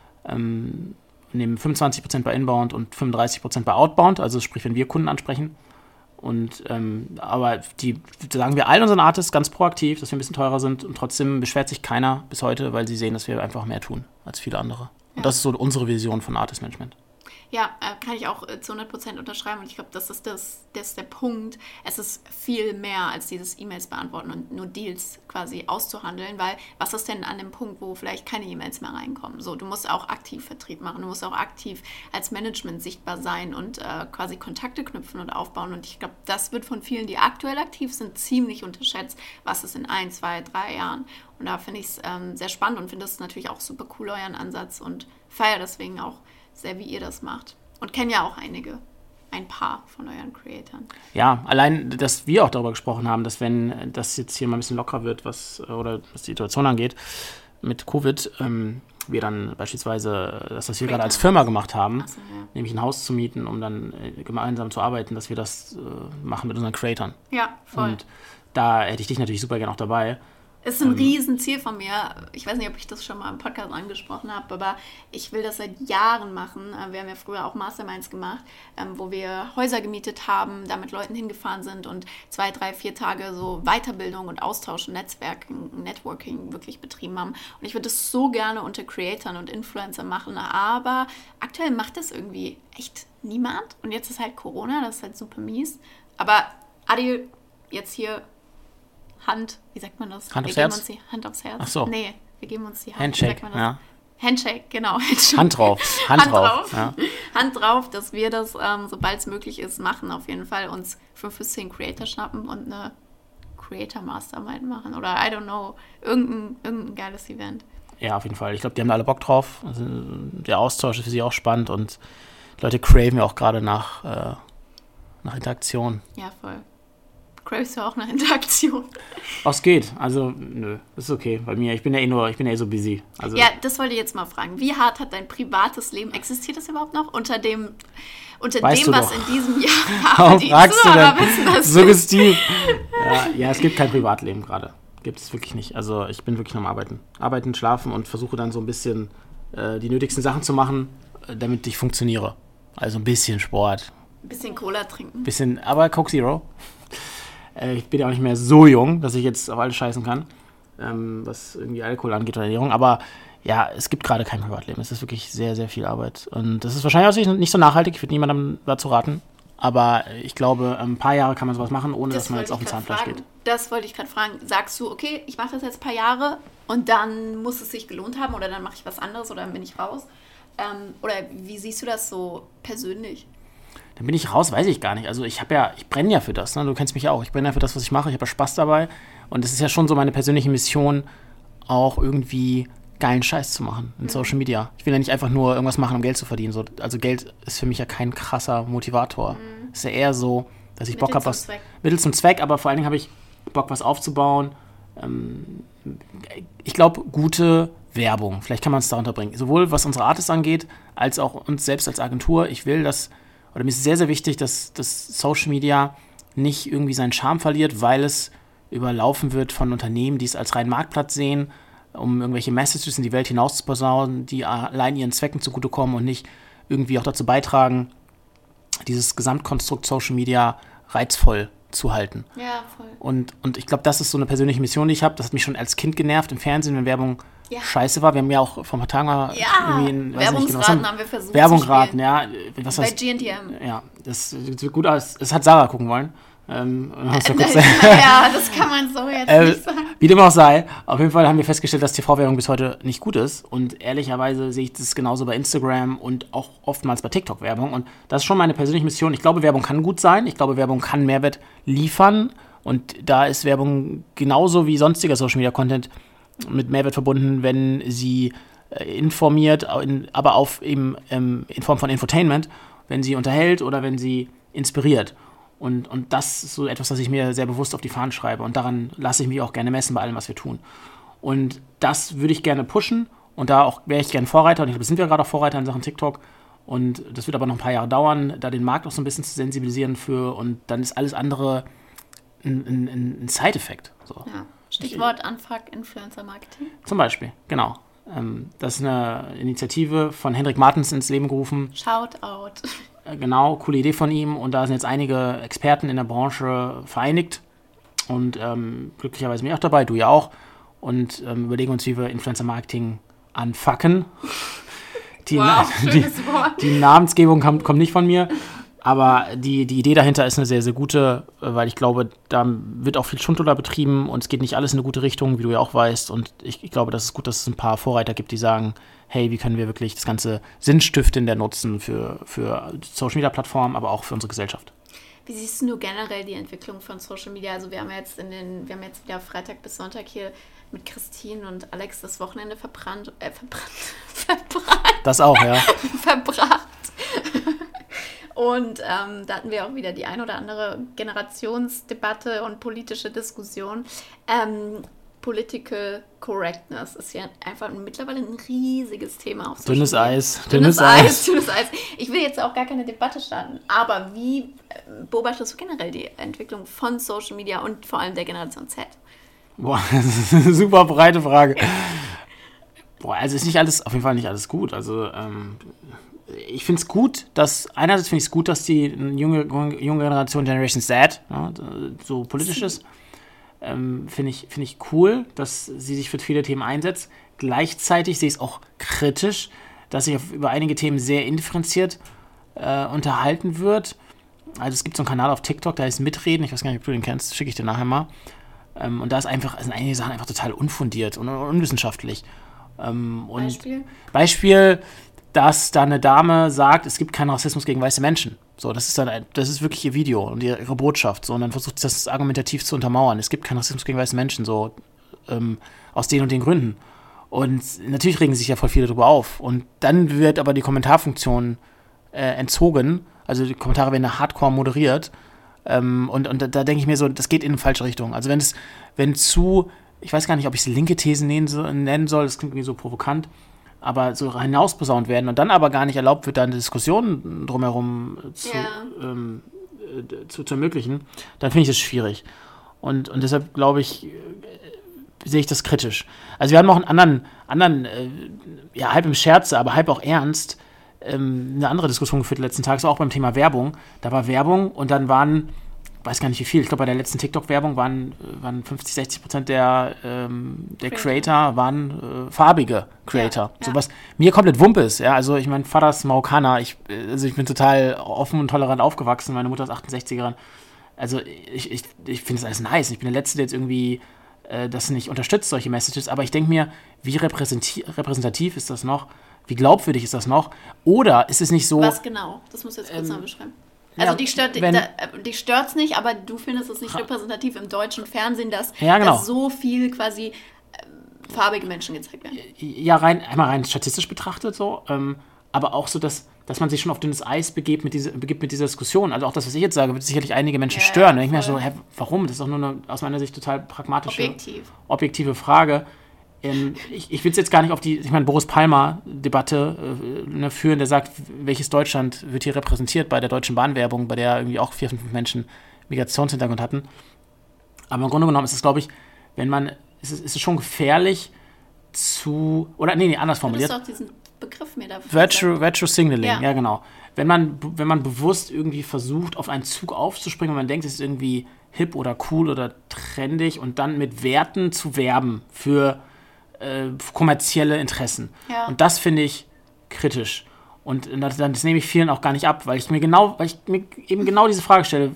Ähm, nehmen fünfundzwanzig Prozent bei Inbound und fünfunddreißig Prozent bei Outbound, also sprich, wenn wir Kunden ansprechen. Und ähm, aber die sagen wir allen unseren Artists ganz proaktiv, dass wir ein bisschen teurer sind und trotzdem beschwert sich keiner bis heute, weil sie sehen, dass wir einfach mehr tun als viele andere. Ja. Und das ist so unsere Vision von Artist Management. Ja, äh, kann ich auch äh, zu hundert Prozent unterschreiben und ich glaube, das ist das, das ist der Punkt. Es ist viel mehr als dieses E-Mails beantworten und nur Deals quasi auszuhandeln, weil was ist denn an dem Punkt, wo vielleicht keine E-Mails mehr reinkommen? So, du musst auch aktiv Vertrieb machen, du musst auch aktiv als Management sichtbar sein und äh, quasi Kontakte knüpfen und aufbauen und ich glaube, das wird von vielen, die aktuell aktiv sind, ziemlich unterschätzt, was ist in ein, zwei, drei Jahren. Und da finde ich es ähm, sehr spannend und finde es natürlich auch super cool, euren Ansatz und feiere deswegen auch sehr, wie ihr das macht. Und kenne ja auch einige, ein paar von euren Creatoren. Ja, allein, dass wir auch darüber gesprochen haben, dass wenn das jetzt hier mal ein bisschen lockerer wird, was oder was die Situation angeht, mit Covid, ähm, wir dann beispielsweise das, was wir gerade als Firma gemacht haben, so, ja. nämlich ein Haus zu mieten, um dann äh, gemeinsam zu arbeiten, dass wir das äh, machen mit unseren Creatoren. Ja, voll. Und da hätte ich dich natürlich super gerne auch dabei. Ist ein Riesenziel von mir. Ich weiß nicht, ob ich das schon mal im Podcast angesprochen habe, aber ich will das seit Jahren machen. Wir haben ja früher auch Masterminds gemacht, wo wir Häuser gemietet haben, da mit Leuten hingefahren sind und zwei, drei, vier Tage so Weiterbildung und Austausch und Netzwerken, Networking wirklich betrieben haben. Und ich würde das so gerne unter Creatoren und Influencern machen, aber aktuell macht das irgendwie echt niemand. Und jetzt ist halt Corona, das ist halt super mies. Aber Adil, jetzt hier Hand, wie sagt man das? Hand aufs wir Herz? Geben uns die Hand aufs Herz. Ach so. Nee, wir geben uns die Hand. Handshake, wie sagt man das? ja. Handshake, genau. Hand drauf. Hand, Hand drauf. drauf. Ja. Hand drauf, dass wir das, ähm, sobald es möglich ist, machen. Auf jeden Fall uns fünf bis zehn Creator schnappen und eine Creator Mastermind machen. Oder I don't know, irgendein, irgendein geiles Event. Ja, auf jeden Fall. Ich glaube, die haben da alle Bock drauf. Also, der Austausch ist für sie auch spannend und die Leute craven ja auch gerade nach, äh, nach Interaktion. Ja, voll. Cravest du auch nach Interaktion? Ach, es geht. Also, nö, ist okay bei mir. Ich bin ja eh nur, ich bin ja eh so busy. Also, ja, das wollte ich jetzt mal fragen. Wie hart hat dein privates Leben, existiert das überhaupt noch? Unter dem, unter Weißt dem du was doch. in diesem Jahr Warum die fragst du Zuhörer denn? wissen das. Suggestiv. Ja, ja, es gibt kein Privatleben gerade. Gibt es wirklich nicht. Also ich bin wirklich noch am Arbeiten. Arbeiten, schlafen und versuche dann so ein bisschen äh, die nötigsten Sachen zu machen, äh, damit ich funktioniere. Also ein bisschen Sport. Ein bisschen Cola trinken. Bisschen, aber Coke Zero. Äh, ich bin ja auch nicht mehr so jung, dass ich jetzt auf alles scheißen kann, ähm, was irgendwie Alkohol angeht oder Ernährung. Aber ja, es gibt gerade kein Privatleben. Es ist wirklich sehr, sehr viel Arbeit. Und das ist wahrscheinlich auch nicht so nachhaltig. Ich würde niemandem dazu raten. Aber ich glaube, ein paar Jahre kann man sowas machen, ohne Das dass man wollte jetzt auf ich den grad Zahnfleisch fragen. geht. Das wollte ich gerade fragen. Sagst du, okay, ich mache das jetzt ein paar Jahre und dann muss es sich gelohnt haben oder dann mache ich was anderes oder dann bin ich raus? Ähm, oder wie siehst du das so persönlich? Dann bin ich raus, weiß ich gar nicht. Also ich habe ja, ich brenne ja für das, ne? Du kennst mich ja auch. Ich brenne ja für das, was ich mache. Ich habe ja Spaß dabei. Und es ist ja schon so meine persönliche Mission, auch irgendwie geilen Scheiß zu machen in mhm. Social Media. Ich will ja nicht einfach nur irgendwas machen, um Geld zu verdienen. So, also Geld ist für mich ja kein krasser Motivator. Mhm. Ist ja eher so, dass ich Mittel Bock habe, was Zweck. Mittel zum Zweck, aber vor allen Dingen habe ich Bock, was aufzubauen. Ähm, ich glaube, gute Werbung. Vielleicht kann man es da unterbringen. Sowohl was unsere Artists angeht, als auch uns selbst als Agentur. Ich will, dass, oder mir ist sehr, sehr wichtig, dass, dass Social Media nicht irgendwie seinen Charme verliert, weil es überlaufen wird von Unternehmen, die es als reinen Marktplatz sehen, um irgendwelche Messages in die Welt hinaus zu posaunen, die allein ihren Zwecken zugutekommen und nicht irgendwie auch dazu beitragen, dieses Gesamtkonstrukt Social Media reizvoll zu halten. Ja, voll. Und, und ich glaube, das ist so eine persönliche Mission, die ich habe. Das hat mich schon als Kind genervt im Fernsehen, wenn Werbung ja. scheiße war. Wir haben ja auch vor ein paar Tagen mal ja, irgendwie ein, Werbungsraten nicht, genau, haben wir versucht Werbung zu raten, ja. Was Bei G N T M. Ja, das sieht gut aus. Das hat Sarah gucken wollen. Ähm, hast du äh, kurz ja, das kann man so jetzt äh, nicht sagen. Wie dem auch sei, auf jeden Fall haben wir festgestellt, dass T V-Werbung bis heute nicht gut ist. Und ehrlicherweise sehe ich das genauso bei Instagram und auch oftmals bei TikTok-Werbung. Und das ist schon meine persönliche Mission. Ich glaube, Werbung kann gut sein. Ich glaube, Werbung kann Mehrwert liefern. Und da ist Werbung genauso wie sonstiger Social-Media-Content mit Mehrwert verbunden, wenn sie äh, informiert, in, aber auf eben ähm, in Form von Infotainment, wenn sie unterhält oder wenn sie inspiriert. Und, und das ist so etwas, das ich mir sehr bewusst auf die Fahnen schreibe. Und daran lasse ich mich auch gerne messen bei allem, was wir tun. Und das würde ich gerne pushen. Und da auch wäre ich gerne Vorreiter. Und ich glaube, sind wir gerade auch Vorreiter in Sachen TikTok. Und das wird aber noch ein paar Jahre dauern, da den Markt auch so ein bisschen zu sensibilisieren für. Und dann ist alles andere ein, ein, ein Side-Effekt. So. Ja. Stichwort Unfuck Influencer Marketing. Zum Beispiel, genau. Ähm, das ist eine Initiative von Hendrik Martens ins Leben gerufen. Shout out. Genau, coole Idee von ihm. Und da sind jetzt einige Experten in der Branche vereinigt. Und ähm, glücklicherweise bin ich auch dabei, du ja auch. Und ähm, überlegen uns, wie wir Influencer-Marketing anfucken. Die, wow, Na- die, die Namensgebung kommt, kommt nicht von mir. Aber die, die Idee dahinter ist eine sehr, sehr gute, weil ich glaube, da wird auch viel Schundluder betrieben und es geht nicht alles in eine gute Richtung, wie du ja auch weißt. Und ich, ich glaube, das ist gut, dass es ein paar Vorreiter gibt, die sagen, hey, wie können wir wirklich das ganze sinnstiftender nutzen für, für Social-Media-Plattformen, aber auch für unsere Gesellschaft. Wie siehst du generell die Entwicklung von Social Media? Also wir haben jetzt in den, wir haben jetzt wieder Freitag bis Sonntag hier mit Christine und Alex das Wochenende verbrannt, äh, verbrannt, verbrannt. Das auch, ja. verbracht. Und ähm, da hatten wir auch wieder die ein oder andere Generationsdebatte und politische Diskussion. Ähm, Political Correctness ist ja einfach mittlerweile ein riesiges Thema auf Social Dünnes Media. Eis, Dünnes, dünnes Eis, Eis. dünnes Eis. Ich will jetzt auch gar keine Debatte starten, aber wie beobachtest du generell die Entwicklung von Social Media und vor allem der Generation Z? Boah, das ist eine super breite Frage. Boah, also ist nicht alles, auf jeden Fall nicht alles gut. Also, ähm, ich finde es gut, dass, einerseits finde ich es gut, dass die junge, junge Generation Generation Z, ja, so politisch ist. Ähm, finde ich, find ich cool, dass sie sich für viele Themen einsetzt. Gleichzeitig sehe ich es auch kritisch, dass sich auf, über einige Themen sehr indifferenziert äh, unterhalten wird. Also es gibt so einen Kanal auf TikTok, der heißt Mitreden, ich weiß gar nicht, ob du den kennst, schicke ich dir nachher mal. Ähm, und da ist einfach, sind einige Sachen einfach total unfundiert und unwissenschaftlich. Ähm, und Beispiel? Beispiel, dass da eine Dame sagt, es gibt keinen Rassismus gegen weiße Menschen. So, das ist dann, ein, das ist wirklich ihr Video und ihre, ihre Botschaft. So, und dann versucht sie das argumentativ zu untermauern. Es gibt keinen Rassismus gegen weiße Menschen, so ähm, aus den und den Gründen. Und natürlich regen sich ja voll viele darüber auf. Und dann wird aber die Kommentarfunktion äh, entzogen. Also die Kommentare werden hardcore moderiert. Ähm, und, und da, da denke ich mir so, das geht in eine falsche Richtung. Also wenn es, wenn zu, ich weiß gar nicht, ob ich es linke Thesen nennen soll, das klingt irgendwie so provokant, aber so hinausposaunt werden und dann aber gar nicht erlaubt wird, da eine Diskussion drumherum zu, ja. ähm, äh, zu, zu ermöglichen, dann finde ich das schwierig. Und, und deshalb glaube ich, äh, sehe ich das kritisch. Also wir haben noch einen anderen, anderen äh, ja, halb im Scherze, aber halb auch ernst, ähm, eine andere Diskussion geführt letzten Tages, auch beim Thema Werbung. Da war Werbung und dann waren, weiß gar nicht wie viel, ich glaube bei der letzten TikTok-Werbung waren, waren fünfzig, sechzig Prozent der, ähm, der Creator. Creator waren äh, farbige Creator. Ja, so ja. Was mir komplett Wumpe ist. Ja? Also ich mein Vater ist Marokkaner, ich, also ich bin total offen und tolerant aufgewachsen, meine Mutter ist achtundsechzigerin. Also ich, ich, ich finde das alles nice. Ich bin der Letzte, der jetzt irgendwie äh, das nicht unterstützt, solche Messages, aber ich denke mir, wie repräsenti- repräsentativ ist das noch? Wie glaubwürdig ist das noch? Oder ist es nicht so... Was genau? Das musst du jetzt kurz ähm, mal beschreiben. Also ja, dich stört wenn, da, dich stört's nicht, aber du findest es nicht repräsentativ im deutschen Fernsehen, dass, ja, genau. dass so viel quasi äh, farbige Menschen gezeigt werden. Ja, rein, einmal rein statistisch betrachtet so, ähm, aber auch so, dass, dass man sich schon auf dünnes Eis begebt mit, diese, begibt mit dieser Diskussion. Also auch das, was ich jetzt sage, wird sicherlich einige Menschen Ja, stören. Da denke ich mir voll. so, hä, warum? Das ist doch nur eine aus meiner Sicht total pragmatische, Objektiv. objektive Frage. Ähm, ich ich will es jetzt gar nicht auf die, ich meine, Boris Palmer-Debatte äh, ne, führen, der sagt, welches Deutschland wird hier repräsentiert bei der Deutschen Bahnwerbung, bei der irgendwie auch vier, fünf Menschen Migrationshintergrund hatten. Aber im Grunde genommen ist es, glaube ich, wenn man, ist es, ist es schon gefährlich, zu, oder nee, nee, anders formuliert. Du hast doch diesen Begriff mir dafür. Virtual, Virtual Signaling, ja. Ja. ja genau. Wenn man, wenn man bewusst irgendwie versucht, auf einen Zug aufzuspringen und man denkt, es ist irgendwie hip oder cool oder trendig und dann mit Werten zu werben für äh, kommerzielle Interessen. Ja. Und das finde ich kritisch. Und das, das nehme ich vielen auch gar nicht ab, weil ich mir genau, weil ich mir eben genau diese Frage stelle,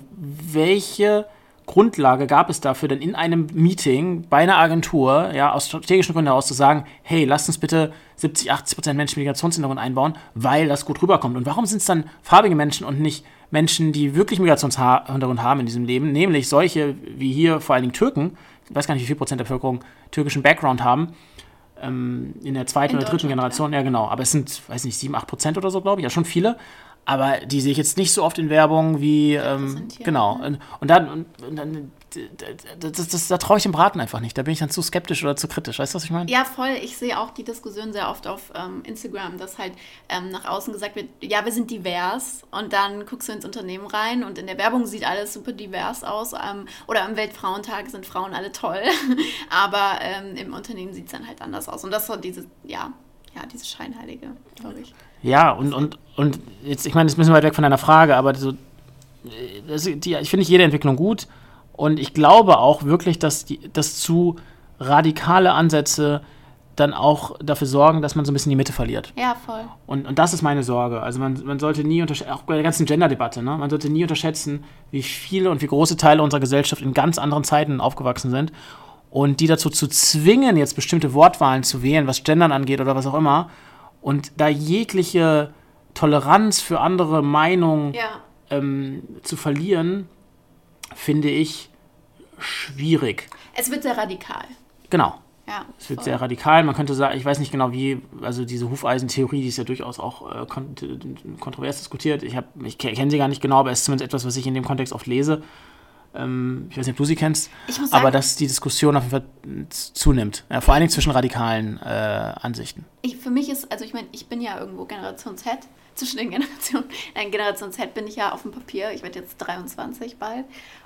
welche Grundlage gab es dafür, denn in einem Meeting bei einer Agentur, ja, aus strategischen Gründen heraus zu sagen, hey, lasst uns bitte siebzig, achtzig Prozent Menschen mit Migrationshintergrund einbauen, weil das gut rüberkommt. Und warum sind es dann farbige Menschen und nicht Menschen, die wirklich Migrationshintergrund haben in diesem Leben, nämlich solche wie hier vor allen Dingen Türken, ich weiß gar nicht, wie viel Prozent der Bevölkerung türkischen Background haben, ähm, in der zweiten in oder dritten Generation, ja. ja genau, aber es sind, weiß nicht, sieben, acht Prozent oder so, glaube ich, ja schon viele. Aber die sehe ich jetzt nicht so oft in Werbung wie, ähm, genau. Und, und dann, und, und dann das, das, das, da traue ich dem Braten einfach nicht. Da bin ich dann zu skeptisch oder zu kritisch. Weißt du, was ich meine? Ja, voll. Ich sehe auch die Diskussion sehr oft auf ähm, Instagram, dass halt ähm, nach außen gesagt wird, ja, wir sind divers. Und dann guckst du ins Unternehmen rein und in der Werbung sieht alles super divers aus. Ähm, oder am Weltfrauentag sind Frauen alle toll. Aber ähm, im Unternehmen sieht es dann halt anders aus. Und das ist so diese, ja, ja, diese Scheinheilige, glaube ich. Ja, und, und, und jetzt, ich meine, das ist ein bisschen weit weg von deiner Frage, aber so, das, die, ich finde jede Entwicklung gut und ich glaube auch wirklich, dass, die, dass zu radikale Ansätze dann auch dafür sorgen, dass man so ein bisschen die Mitte verliert. Ja, voll. Und, und das ist meine Sorge. Also man, man sollte nie unterschätzen, auch bei der ganzen Gender-Debatte, ne? Man sollte nie unterschätzen, wie viele und wie große Teile unserer Gesellschaft in ganz anderen Zeiten aufgewachsen sind und die dazu zu zwingen, jetzt bestimmte Wortwahlen zu wählen, was Gendern angeht oder was auch immer, und da jegliche Toleranz für andere Meinungen ja. ähm, zu verlieren, finde ich schwierig. Es wird sehr radikal. Genau. Ja, es wird voll. sehr radikal. Man könnte sagen, ich weiß nicht genau wie, also diese Hufeisentheorie, die ist ja durchaus auch äh, kon- kontrovers diskutiert. Ich, hab, ich kenne sie gar nicht genau, aber es ist zumindest etwas, was ich in dem Kontext oft lese. Ähm, ich weiß nicht, ob du sie kennst, ich muss sagen, aber dass die Diskussion auf jeden Fall zunimmt. Ja, vor allen Dingen zwischen radikalen äh, Ansichten. Ich, für mich ist, also ich meine, ich bin ja irgendwo Generation Z, zwischen den Generationen. Nein, Generation Z bin ich ja auf dem Papier. Ich werde jetzt dreiundzwanzig bald.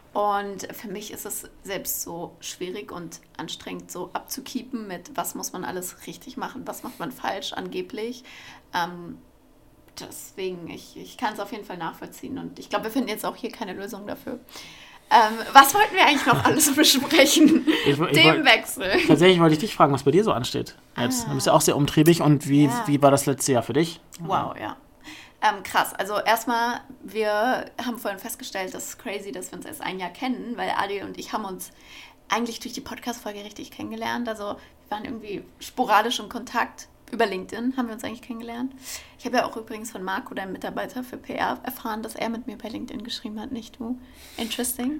Und für mich ist es selbst so schwierig und anstrengend, so abzukeepen mit, was muss man alles richtig machen, was macht man falsch angeblich. Ähm, deswegen, ich, ich kann es auf jeden Fall nachvollziehen. Und ich glaube, wir finden jetzt auch hier keine Lösung dafür. Ähm, was wollten wir eigentlich noch alles besprechen? Ich, ich Themenwechsel. Wollt, tatsächlich wollte ich dich fragen, was bei dir so ansteht. Jetzt. Ah. Du bist ja auch sehr umtriebig. Und wie, ja. wie war das letzte Jahr für dich? Wow, ja. Ähm, krass. Also erstmal, wir haben vorhin festgestellt, das ist crazy, dass wir uns erst ein Jahr kennen, weil Adi und ich haben uns eigentlich durch die Podcast-Folge richtig kennengelernt. Also wir waren irgendwie sporadisch in Kontakt. Über LinkedIn haben wir uns eigentlich kennengelernt. Ich habe ja auch übrigens von Marco, deinem Mitarbeiter für P R, erfahren, dass er mit mir bei LinkedIn geschrieben hat, nicht du. Interesting.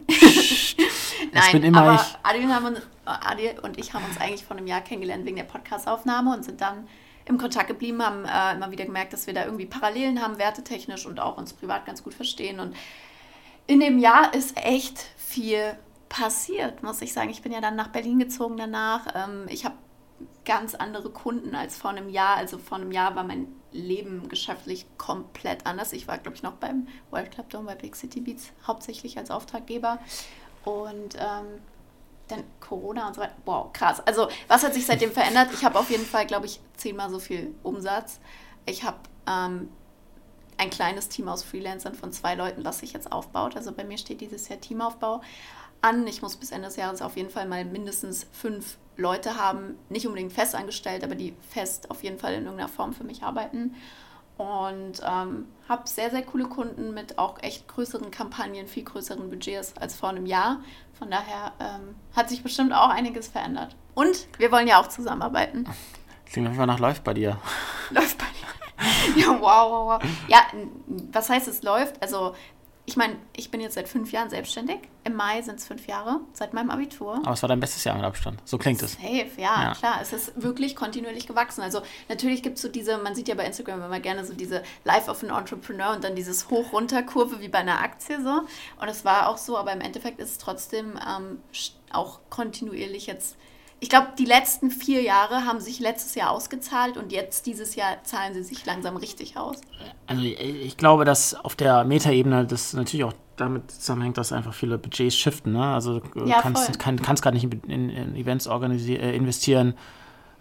Nein, bin immer aber ich. Adi und, haben, Adi und ich haben uns eigentlich vor einem Jahr kennengelernt wegen der Podcast-Aufnahme und sind dann im Kontakt geblieben, haben äh, immer wieder gemerkt, dass wir da irgendwie Parallelen haben, wertetechnisch und auch uns privat ganz gut verstehen. Und in dem Jahr ist echt viel passiert, muss ich sagen. Ich bin ja dann nach Berlin gezogen danach. Ähm, ich habe ganz andere Kunden als vor einem Jahr. Also vor einem Jahr war mein Leben geschäftlich komplett anders. Ich war, glaube ich, noch beim World Club Dome bei Big City Beats hauptsächlich als Auftraggeber. Und ähm, dann Corona und so weiter. Wow, krass. Also was hat sich seitdem verändert? Ich habe auf jeden Fall, glaube ich, zehnmal so viel Umsatz. Ich habe ähm, ein kleines Team aus Freelancern von zwei Leuten, was sich jetzt aufbaut. Also bei mir steht dieses Jahr Teamaufbau an. Ich muss bis Ende des Jahres auf jeden Fall mal mindestens fünf Leute haben, nicht unbedingt fest angestellt, aber die fest auf jeden Fall in irgendeiner Form für mich arbeiten. Und ähm, habe sehr, sehr coole Kunden mit auch echt größeren Kampagnen, viel größeren Budgets als vor einem Jahr. Von daher ähm, hat sich bestimmt auch einiges verändert. Und wir wollen ja auch zusammenarbeiten. Klingt einfach nach läuft bei dir. Läuft bei dir. Ja, wow, wow, wow. Ja, was heißt es läuft? Also ich meine, ich bin jetzt seit fünf Jahren selbstständig. Im Mai sind es fünf Jahre, seit meinem Abitur. Aber es war dein bestes Jahr mit Abstand. So klingt es. Safe, ja, ja, klar. Es ist wirklich kontinuierlich gewachsen. Also natürlich gibt es so diese, man sieht ja bei Instagram immer gerne so diese Life of an Entrepreneur und dann dieses Hoch-Runter-Kurve wie bei einer Aktie so. Und es war auch so, aber im Endeffekt ist es trotzdem ähm, auch kontinuierlich jetzt. Ich glaube, die letzten vier Jahre haben sich letztes Jahr ausgezahlt und jetzt dieses Jahr zahlen sie sich langsam richtig aus. Also ich glaube, dass auf der Meta-Ebene das natürlich auch damit zusammenhängt, dass einfach viele Budgets shiften. Ne? Also du ja, kannst, kann, kannst gerade nicht in, in, in Events organisi- äh, investieren,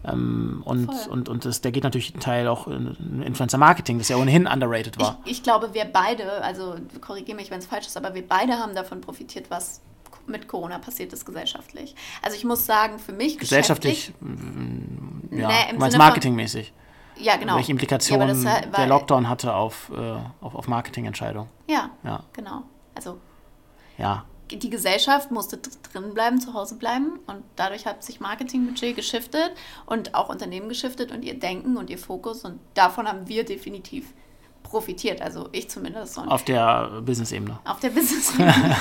Ähm, und und, und das, der geht natürlich ein Teil auch in Influencer-Marketing, das ja ohnehin underrated war. Ich, ich glaube, wir beide, also korrigiere mich, wenn es falsch ist, aber wir beide haben davon profitiert, was mit Corona passiert ist gesellschaftlich. Also ich muss sagen, für mich gesellschaftlich, ja, nee, du meinst marketingmäßig. Ja, genau. Welche Implikationen ja, der Lockdown hatte auf, äh, auf, auf Marketingentscheidungen. Ja, ja, genau. Also ja. die Gesellschaft musste drin bleiben, zu Hause bleiben und dadurch hat sich Marketingbudget geschiftet und auch Unternehmen geschiftet und ihr Denken und ihr Fokus und davon haben wir definitiv profitiert, also ich zumindest. Und auf der Business-Ebene. Auf der Business-Ebene.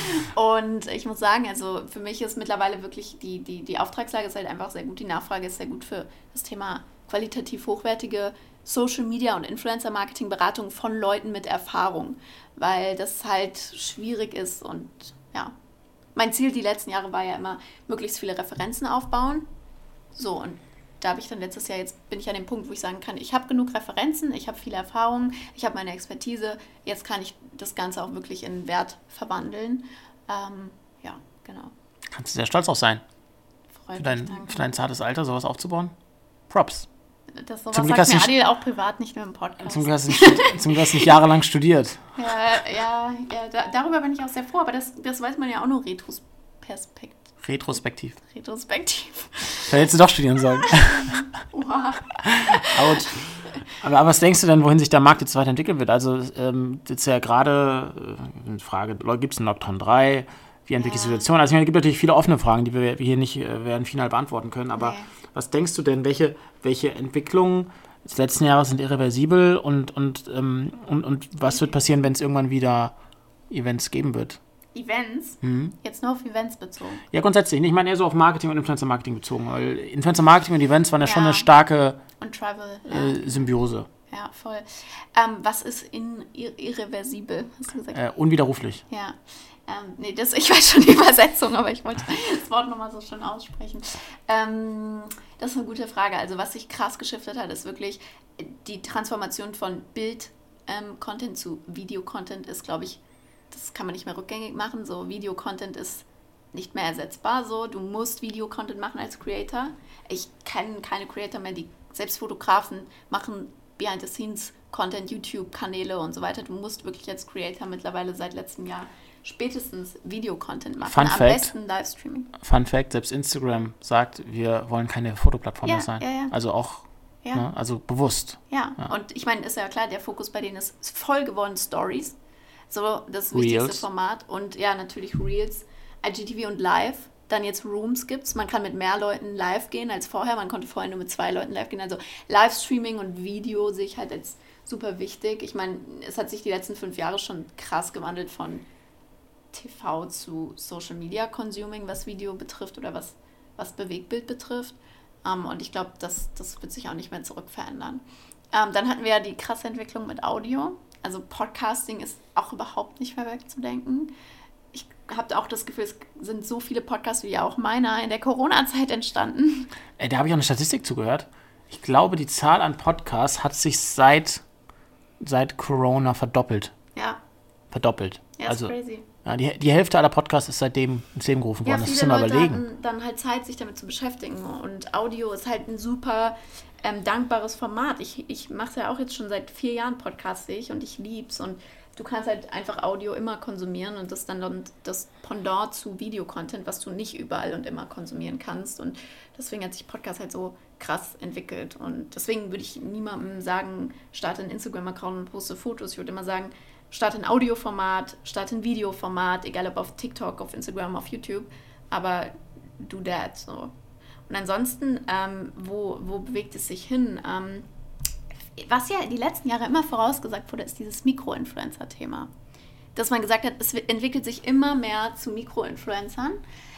Und ich muss sagen, also für mich ist mittlerweile wirklich die, die, die Auftragslage ist halt einfach sehr gut, die Nachfrage ist sehr gut für das Thema qualitativ hochwertige Social-Media- und Influencer-Marketing-Beratung von Leuten mit Erfahrung, weil das halt schwierig ist und ja, mein Ziel die letzten Jahre war ja immer, möglichst viele Referenzen aufbauen. So, und da habe ich dann letztes Jahr, jetzt bin ich an dem Punkt, wo ich sagen kann, ich habe genug Referenzen, ich habe viele Erfahrungen, ich habe meine Expertise, jetzt kann ich das Ganze auch wirklich in Wert verwandeln. Ähm, ja, genau. Kannst du sehr stolz auch sein, Freut für dein, mich, danke. für dein zartes Alter sowas aufzubauen. Props. Das sowas Zum Glück sagt hast mir du Adil auch privat, nicht nur im Podcast. Zum Glück hast du nicht, zum Glück hast du nicht jahrelang studiert. Ja, ja, ja da, darüber bin ich auch sehr froh, aber das, das weiß man ja auch nur retrospektiv. Retrospektiv. Retrospektiv. Da hättest du doch studieren sollen. Wow. Out. Aber, aber was denkst du denn, wohin sich der Markt jetzt weiterentwickeln wird? Also ähm, jetzt ja gerade äh, eine Frage, gibt es einen Lockdown drei? Wie entwickelt sich die Ja. Situation? Also ich meine, es gibt natürlich viele offene Fragen, die wir hier nicht äh, werden final beantworten können. Aber Nee. was denkst du denn, welche, welche Entwicklungen des letzten Jahres sind irreversibel und, und, ähm, und, und was wird passieren, wenn es irgendwann wieder Events geben wird? Events? Mhm. Jetzt nur auf Events bezogen. Ja, grundsätzlich. Ich meine eher so auf Marketing und Influencer-Marketing bezogen, weil Influencer-Marketing und Events waren ja, Ja. schon eine starke Und Travel. Ja, äh, Symbiose. ja voll. Ähm, was ist in, ir irreversibel? Hast du gesagt? Äh, unwiderruflich. Ja. Ähm, nee, das, ich weiß schon die Übersetzung, aber ich wollte das Wort nochmal so schön aussprechen. Ähm, das ist eine gute Frage. Also was sich krass geschiftet hat, ist wirklich die Transformation von Bild-Content ähm, zu Video-Content ist, glaube ich, das kann man nicht mehr rückgängig machen. So Video-Content ist nicht mehr ersetzbar. So, du musst Video-Content machen als Creator. Ich kenne keine Creator mehr, die selbst Fotografen machen Behind-the-Scenes-Content, YouTube-Kanäle und so weiter. Du musst wirklich als Creator mittlerweile seit letztem Jahr spätestens Video-Content machen. Fun Am Fact. besten Livestreaming. Fun Fact, selbst Instagram sagt, wir wollen keine Fotoplattform Ja, mehr sein. ja, ja. Also auch, Ja. ne, also bewusst. Ja, Ja. und ich meine, ist ja klar, der Fokus bei denen ist voll geworden, Stories. So das Reels. wichtigste Format. Und ja, natürlich Reels, I G T V und Live. Dann jetzt Rooms gibt's. Man kann mit mehr Leuten live gehen als vorher. Man konnte vorher nur mit zwei Leuten live gehen. Also Livestreaming und Video sehe ich halt als super wichtig. Ich meine, es hat sich die letzten fünf Jahre schon krass gewandelt von T V zu Social Media Consuming, was Video betrifft oder was, was Bewegtbild betrifft. Um, und ich glaube, das, das wird sich auch nicht mehr zurück verändern. Um, dann hatten wir ja die krasse Entwicklung mit Audio. Also Podcasting ist auch überhaupt nicht mehr wegzudenken. Ich habe auch das Gefühl, es sind so viele Podcasts wie ja auch meiner in der Corona-Zeit entstanden. Ey, da habe ich auch eine Statistik zugehört. Ich glaube, die Zahl an Podcasts hat sich seit, seit Corona verdoppelt. Ja, Verdoppelt. ja, also ist crazy. ja, die, die Hälfte aller Podcasts ist seitdem ins Leben gerufen Ja, worden. Das viele ist immer Leute überlegen. hatten dann halt Zeit, sich damit zu beschäftigen. Und Audio ist halt ein super ähm, dankbares Format. Ich, ich mache es ja auch jetzt schon seit vier Jahren podcaste ich und ich lieb's. Und du kannst halt einfach Audio immer konsumieren und das dann, dann das Pendant zu Videocontent, was du nicht überall und immer konsumieren kannst. Und deswegen hat sich Podcast halt so krass entwickelt. Und deswegen würde ich niemandem sagen, starte einen Instagram-Account und poste Fotos. Ich würde immer sagen, starte ein Audioformat, starte ein Videoformat, egal ob auf TikTok, auf Instagram, auf YouTube, aber do that. So. Und ansonsten, ähm, wo, wo bewegt es sich hin? Ähm, was ja die letzten Jahre immer vorausgesagt wurde, ist dieses Mikro-Influencer-Thema. Dass man gesagt hat, es entwickelt sich immer mehr zu Mikro-Influencern.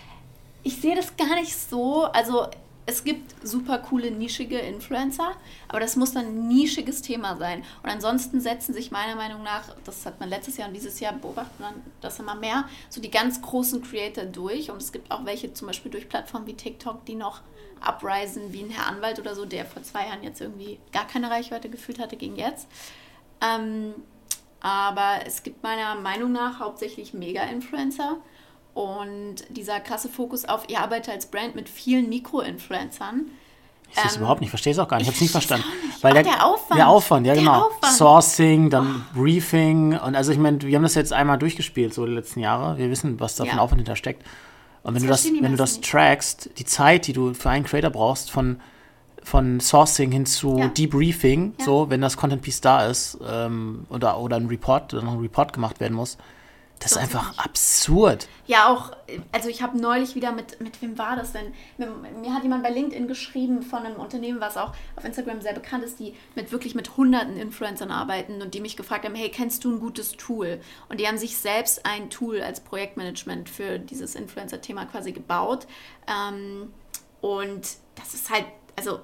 Ich sehe das gar nicht so, also es gibt super coole, nischige Influencer, aber das muss dann ein nischiges Thema sein. Und ansonsten setzen sich meiner Meinung nach, das hat man letztes Jahr und dieses Jahr beobachtet man das immer mehr, so die ganz großen Creator durch. Und es gibt auch welche zum Beispiel durch Plattformen wie TikTok, die noch uprisen, wie ein Herr Anwalt oder so, der vor zwei Jahren jetzt irgendwie gar keine Reichweite gefühlt hatte gegen jetzt. Ähm, aber es gibt meiner Meinung nach hauptsächlich Mega-Influencer. Und dieser krasse Fokus auf, ihr arbeitet als Brand mit vielen Mikro-Influencern. Ich sehe es ähm, überhaupt nicht, verstehe es auch gar nicht, ich habe es nicht verstanden. Nicht. Weil der, der Aufwand. Der Aufwand, ja der genau. Aufwand. Sourcing, dann oh. Briefing. Und also ich meine, wir haben das jetzt einmal durchgespielt, so die letzten Jahre. Wir wissen, was da für ein ja. Aufwand hintersteckt. Und wenn das du das, wenn du das nicht. trackst, die Zeit, die du für einen Creator brauchst, von, von Sourcing hin zu ja. Debriefing, ja. so, wenn das Content Piece da ist, ähm, oder, oder ein Report, oder noch ein Report gemacht werden muss, das, das ist einfach nicht. absurd. Ja, auch, also ich habe neulich wieder mit, mit wem war das denn? Mit, mir hat jemand bei LinkedIn geschrieben von einem Unternehmen, was auch auf Instagram sehr bekannt ist, die mit wirklich mit hunderten Influencern arbeiten und die mich gefragt haben, hey, kennst du ein gutes Tool? Und die haben sich selbst ein Tool als Projektmanagement für dieses Influencer-Thema quasi gebaut. Ähm, und das ist halt, also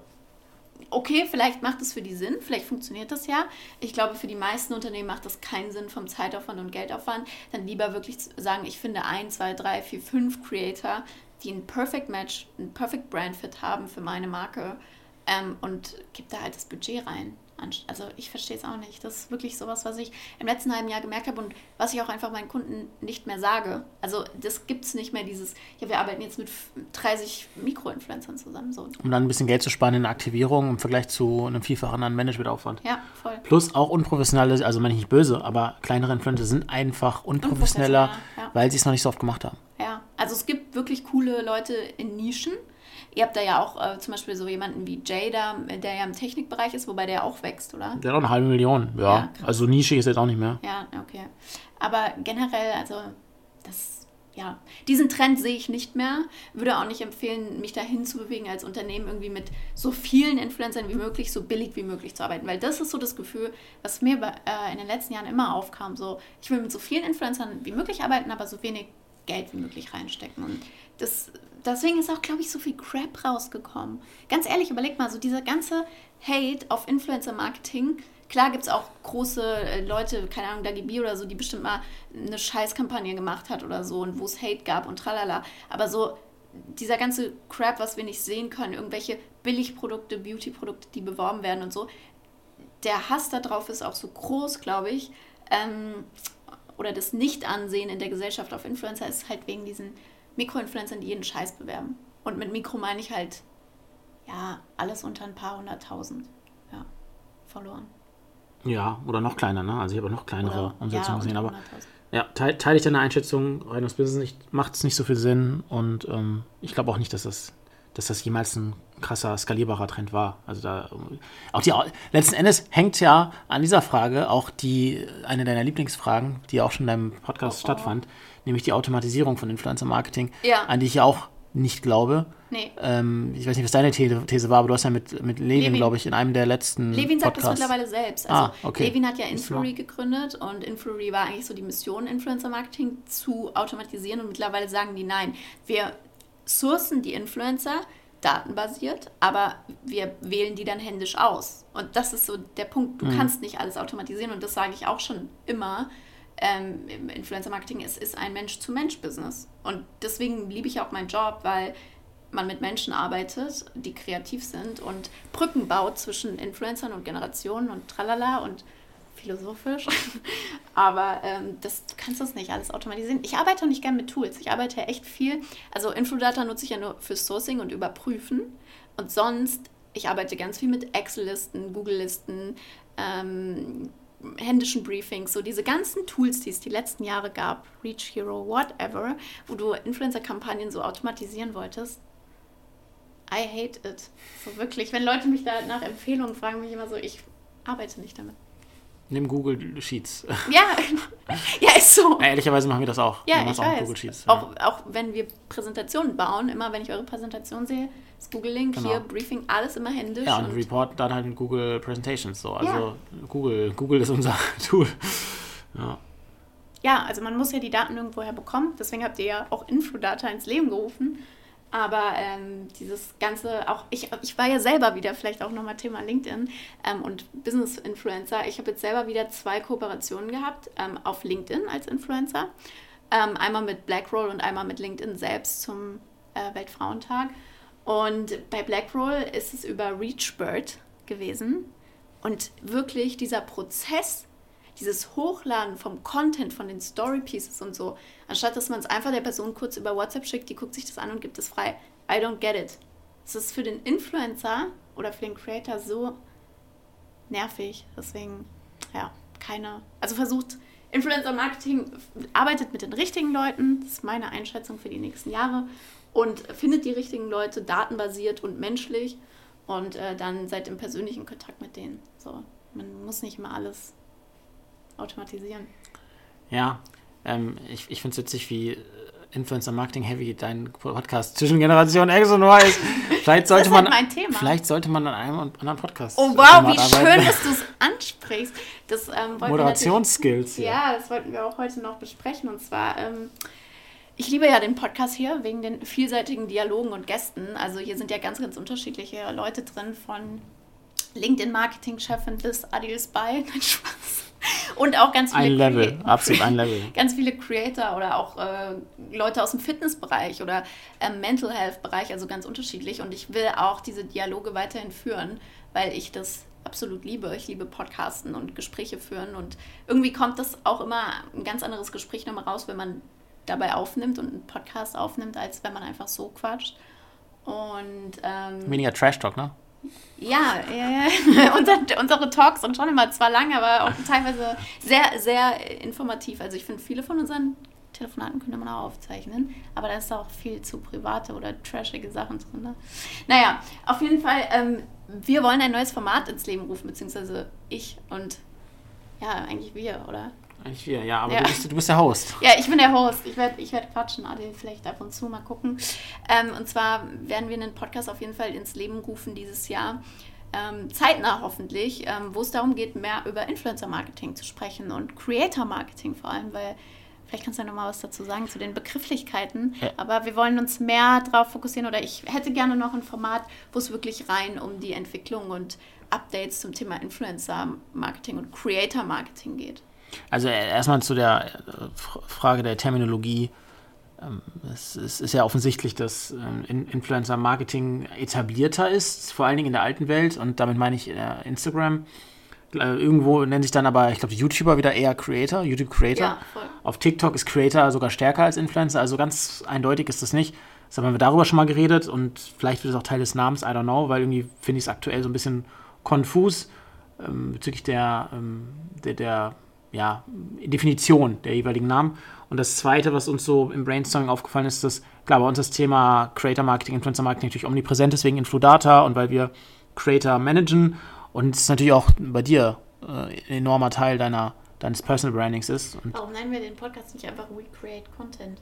okay, vielleicht macht es für die Sinn, vielleicht funktioniert das ja. Ich glaube, für die meisten Unternehmen macht das keinen Sinn vom Zeitaufwand und Geldaufwand. Dann lieber wirklich sagen, ich finde ein, zwei, drei, vier, fünf Creator, die ein Perfect Match, ein Perfect Brand Fit haben für meine Marke ähm, und gebe da halt das Budget rein. Also ich verstehe es auch nicht. Das ist wirklich sowas, was ich im letzten halben Jahr gemerkt habe und was ich auch einfach meinen Kunden nicht mehr sage. Also das gibt es nicht mehr, dieses, ja, wir arbeiten jetzt mit dreißig Mikroinfluencern zusammen. So. Um dann ein bisschen Geld zu sparen in der Aktivierung im Vergleich zu einem Vielfachen an Managementaufwand. Ja, voll. Plus auch unprofessionelle, also meine ich nicht böse, aber kleinere Influencer sind einfach unprofessioneller, ja. weil sie es noch nicht so oft gemacht haben. Ja, also es gibt wirklich coole Leute in Nischen. Ihr habt da ja auch äh, zum Beispiel so jemanden wie Jay da, der ja im Technikbereich ist, wobei der auch wächst, oder? Der hat auch eine halbe Million, ja. ja also nischig ist jetzt auch nicht mehr. Ja, okay. Aber generell, also das, ja, diesen Trend sehe ich nicht mehr. Würde auch nicht empfehlen, mich dahin zu bewegen als Unternehmen, irgendwie mit so vielen Influencern wie möglich, so billig wie möglich zu arbeiten. Weil das ist so das Gefühl, was mir bei, äh, in den letzten Jahren immer aufkam. So, ich will mit so vielen Influencern wie möglich arbeiten, aber so wenig Geld wie möglich reinstecken. Und das, deswegen ist auch, glaube ich, so viel Crap rausgekommen. Ganz ehrlich, überleg mal, so dieser ganze Hate auf Influencer-Marketing. Klar gibt es auch große äh, Leute, keine Ahnung, Dagi B oder so, die bestimmt mal eine Scheißkampagne gemacht hat oder so und wo es Hate gab und tralala. Aber so dieser ganze Crap, was wir nicht sehen können, irgendwelche Billigprodukte, Beauty-Produkte, die beworben werden und so, der Hass da drauf ist auch so groß, glaube ich. Ähm, oder das Nicht-Ansehen in der Gesellschaft auf Influencer ist halt wegen diesen Mikroinfluencern, die jeden Scheiß bewerben. Und mit Mikro meine ich halt, ja, alles unter ein paar hunderttausend. Ja, verloren. Ja, oder noch kleiner, ne? Also ich habe auch noch kleinere oder, Umsetzungen ja, gesehen. Aber ja, teile teil ich deine Einschätzung, rein aus Business nicht, macht es nicht so viel Sinn. Und ähm, ich glaube auch nicht, dass das, dass das jemals ein krasser, skalierbarer Trend war. Also da auch die letzten Endes hängt ja an dieser Frage auch die eine deiner Lieblingsfragen, die auch schon in deinem Podcast oh, oh. stattfand, nämlich die Automatisierung von Influencer-Marketing, ja. an die ich ja auch nicht glaube. Nee. Ähm, ich weiß nicht, was deine These war, aber du hast ja mit, mit Levin, Levin. glaube ich, in einem der letzten Levin sagt Podcasts. das mittlerweile selbst. Also ah, okay. Levin hat ja Influry gegründet und Influry war eigentlich so die Mission, Influencer-Marketing zu automatisieren und mittlerweile sagen die, nein, wir sourcen die Influencer datenbasiert, aber wir wählen die dann händisch aus. Und das ist so der Punkt, du mhm. kannst nicht alles automatisieren und das sage ich auch schon immer. Ähm, im Influencer-Marketing ist, ist ein Mensch-zu-Mensch-Business. Und deswegen liebe ich auch meinen Job, weil man mit Menschen arbeitet, die kreativ sind und Brücken baut zwischen Influencern und Generationen und tralala und philosophisch. Aber ähm, das, du kannst das nicht alles automatisieren. Ich arbeite auch nicht gern mit Tools. Ich arbeite ja echt viel. Also Infodata nutze ich ja nur für Sourcing und Überprüfen. Und sonst, ich arbeite ganz viel mit Excel-Listen, Google-Listen, ähm, händischen Briefings, so diese ganzen Tools, die es die letzten Jahre gab, Reach Hero, whatever, wo du Influencer-Kampagnen so automatisieren wolltest. I hate it. So wirklich, wenn Leute mich da nach Empfehlungen fragen, mich immer so, ich arbeite nicht damit. Nimm Google Sheets. Ja, ja, ist so. Ja, ehrlicherweise machen wir das auch. Ja, wir ich auch weiß. Google Sheets, auch, ja. auch wenn wir Präsentationen bauen, immer wenn ich eure Präsentation sehe, ist Google Link, genau. Hier, Briefing, alles immer händisch. Ja, und, und Report dann halt in Google Presentations. So. Also ja. Google, Google ist unser Tool. Ja. ja, also man muss ja die Daten irgendwoher bekommen. Deswegen habt ihr ja auch Infodata ins Leben gerufen. Aber ähm, dieses Ganze, auch ich, ich war ja selber wieder, vielleicht auch nochmal Thema LinkedIn ähm, und Business-Influencer. Ich habe jetzt selber wieder zwei Kooperationen gehabt ähm, auf LinkedIn als Influencer. Ähm, einmal mit Blackroll und einmal mit LinkedIn selbst zum äh, Weltfrauentag. Und bei Blackroll ist es über Reachbird gewesen. Und wirklich dieser Prozess, dieses Hochladen vom Content, von den Story Pieces und so, anstatt dass man es einfach der Person kurz über WhatsApp schickt, die guckt sich das an und gibt es frei. I don't get it. es ist für den Influencer oder für den Creator so nervig. Deswegen, ja, keine, also versucht, Influencer-Marketing arbeitet mit den richtigen Leuten, das ist meine Einschätzung für die nächsten Jahre, und findet die richtigen Leute datenbasiert und menschlich und äh, dann seid im persönlichen Kontakt mit denen. So, man muss nicht immer alles automatisieren. Ja, ähm, ich, ich finde es witzig, wie Influencer Marketing Heavy dein Podcast zwischen Generation X und Y ist. Vielleicht sollte das ist man, halt mein Thema. Vielleicht sollte man an einem und anderen Podcast. Oh wow, wie schön, dass du es ansprichst. Das, ähm, Moderationsskills. Ja. ja, das wollten wir auch heute noch besprechen. Und zwar, ähm, ich liebe ja den Podcast hier wegen den vielseitigen Dialogen und Gästen. Also hier sind ja ganz, ganz unterschiedliche Leute drin, von LinkedIn-Marketing-Chefin bis Adil Spy. Nein, Spaß. Und auch ganz viele ein Level, Crea- absolut ein Level. Ganz viele Creator oder auch äh, Leute aus dem Fitnessbereich oder ähm, Mental Health Bereich, also ganz unterschiedlich. Und ich will auch diese Dialoge weiterhin führen, weil ich das absolut liebe. Ich liebe Podcasten und Gespräche führen. Und irgendwie kommt das auch immer ein ganz anderes Gespräch nochmal raus, wenn man dabei aufnimmt und einen Podcast aufnimmt, als wenn man einfach so quatscht. Und ähm, weniger Trash-Talk, ne? Ja, ja, ja. Unser, unsere Talks sind schon immer zwar lang, aber auch teilweise sehr, sehr informativ. Also ich finde, viele von unseren Telefonaten könnte man auch aufzeichnen, aber da ist auch viel zu private oder trashige Sachen drin. Ne? Naja, auf jeden Fall, ähm, wir wollen ein neues Format ins Leben rufen, beziehungsweise ich und ja, eigentlich wir, oder? Eigentlich wir, ja, aber ja. Du, bist, du bist der Host. Ja, ich bin der Host. Ich werde ich werd quatschen, Adel, vielleicht ab und zu mal gucken. Ähm, und zwar werden wir einen Podcast auf jeden Fall ins Leben rufen dieses Jahr. Ähm, zeitnah hoffentlich, ähm, wo es darum geht, mehr über Influencer-Marketing zu sprechen und Creator-Marketing vor allem, weil vielleicht kannst du ja noch mal was dazu sagen zu den Begrifflichkeiten, ja. Aber wir wollen uns mehr darauf fokussieren oder ich hätte gerne noch ein Format, wo es wirklich rein um die Entwicklung und Updates zum Thema Influencer-Marketing und Creator-Marketing geht. Also erstmal zu der Frage der Terminologie. Es ist ja offensichtlich, dass Influencer-Marketing etablierter ist, vor allen Dingen in der alten Welt, und damit meine ich Instagram. Irgendwo nennen sich dann aber, ich glaube, die YouTuber wieder eher Creator, YouTube-Creator. Ja, voll. Auf TikTok ist Creator sogar stärker als Influencer, also ganz eindeutig ist das nicht. Deshalb haben wir darüber schon mal geredet und vielleicht wird es auch Teil des Namens, I don't know, weil irgendwie finde ich es aktuell so ein bisschen konfus ähm, bezüglich der, ähm, der, der ja, Definition der jeweiligen Namen. Und das Zweite, was uns so im Brainstorming aufgefallen ist, dass, klar, bei uns das Thema Creator Marketing, Influencer Marketing natürlich omnipräsent ist wegen Infludata und weil wir Creator managen und es natürlich auch bei dir äh, ein enormer Teil deiner, deines Personal Brandings ist. Und warum nennen wir den Podcast nicht einfach We Create Content?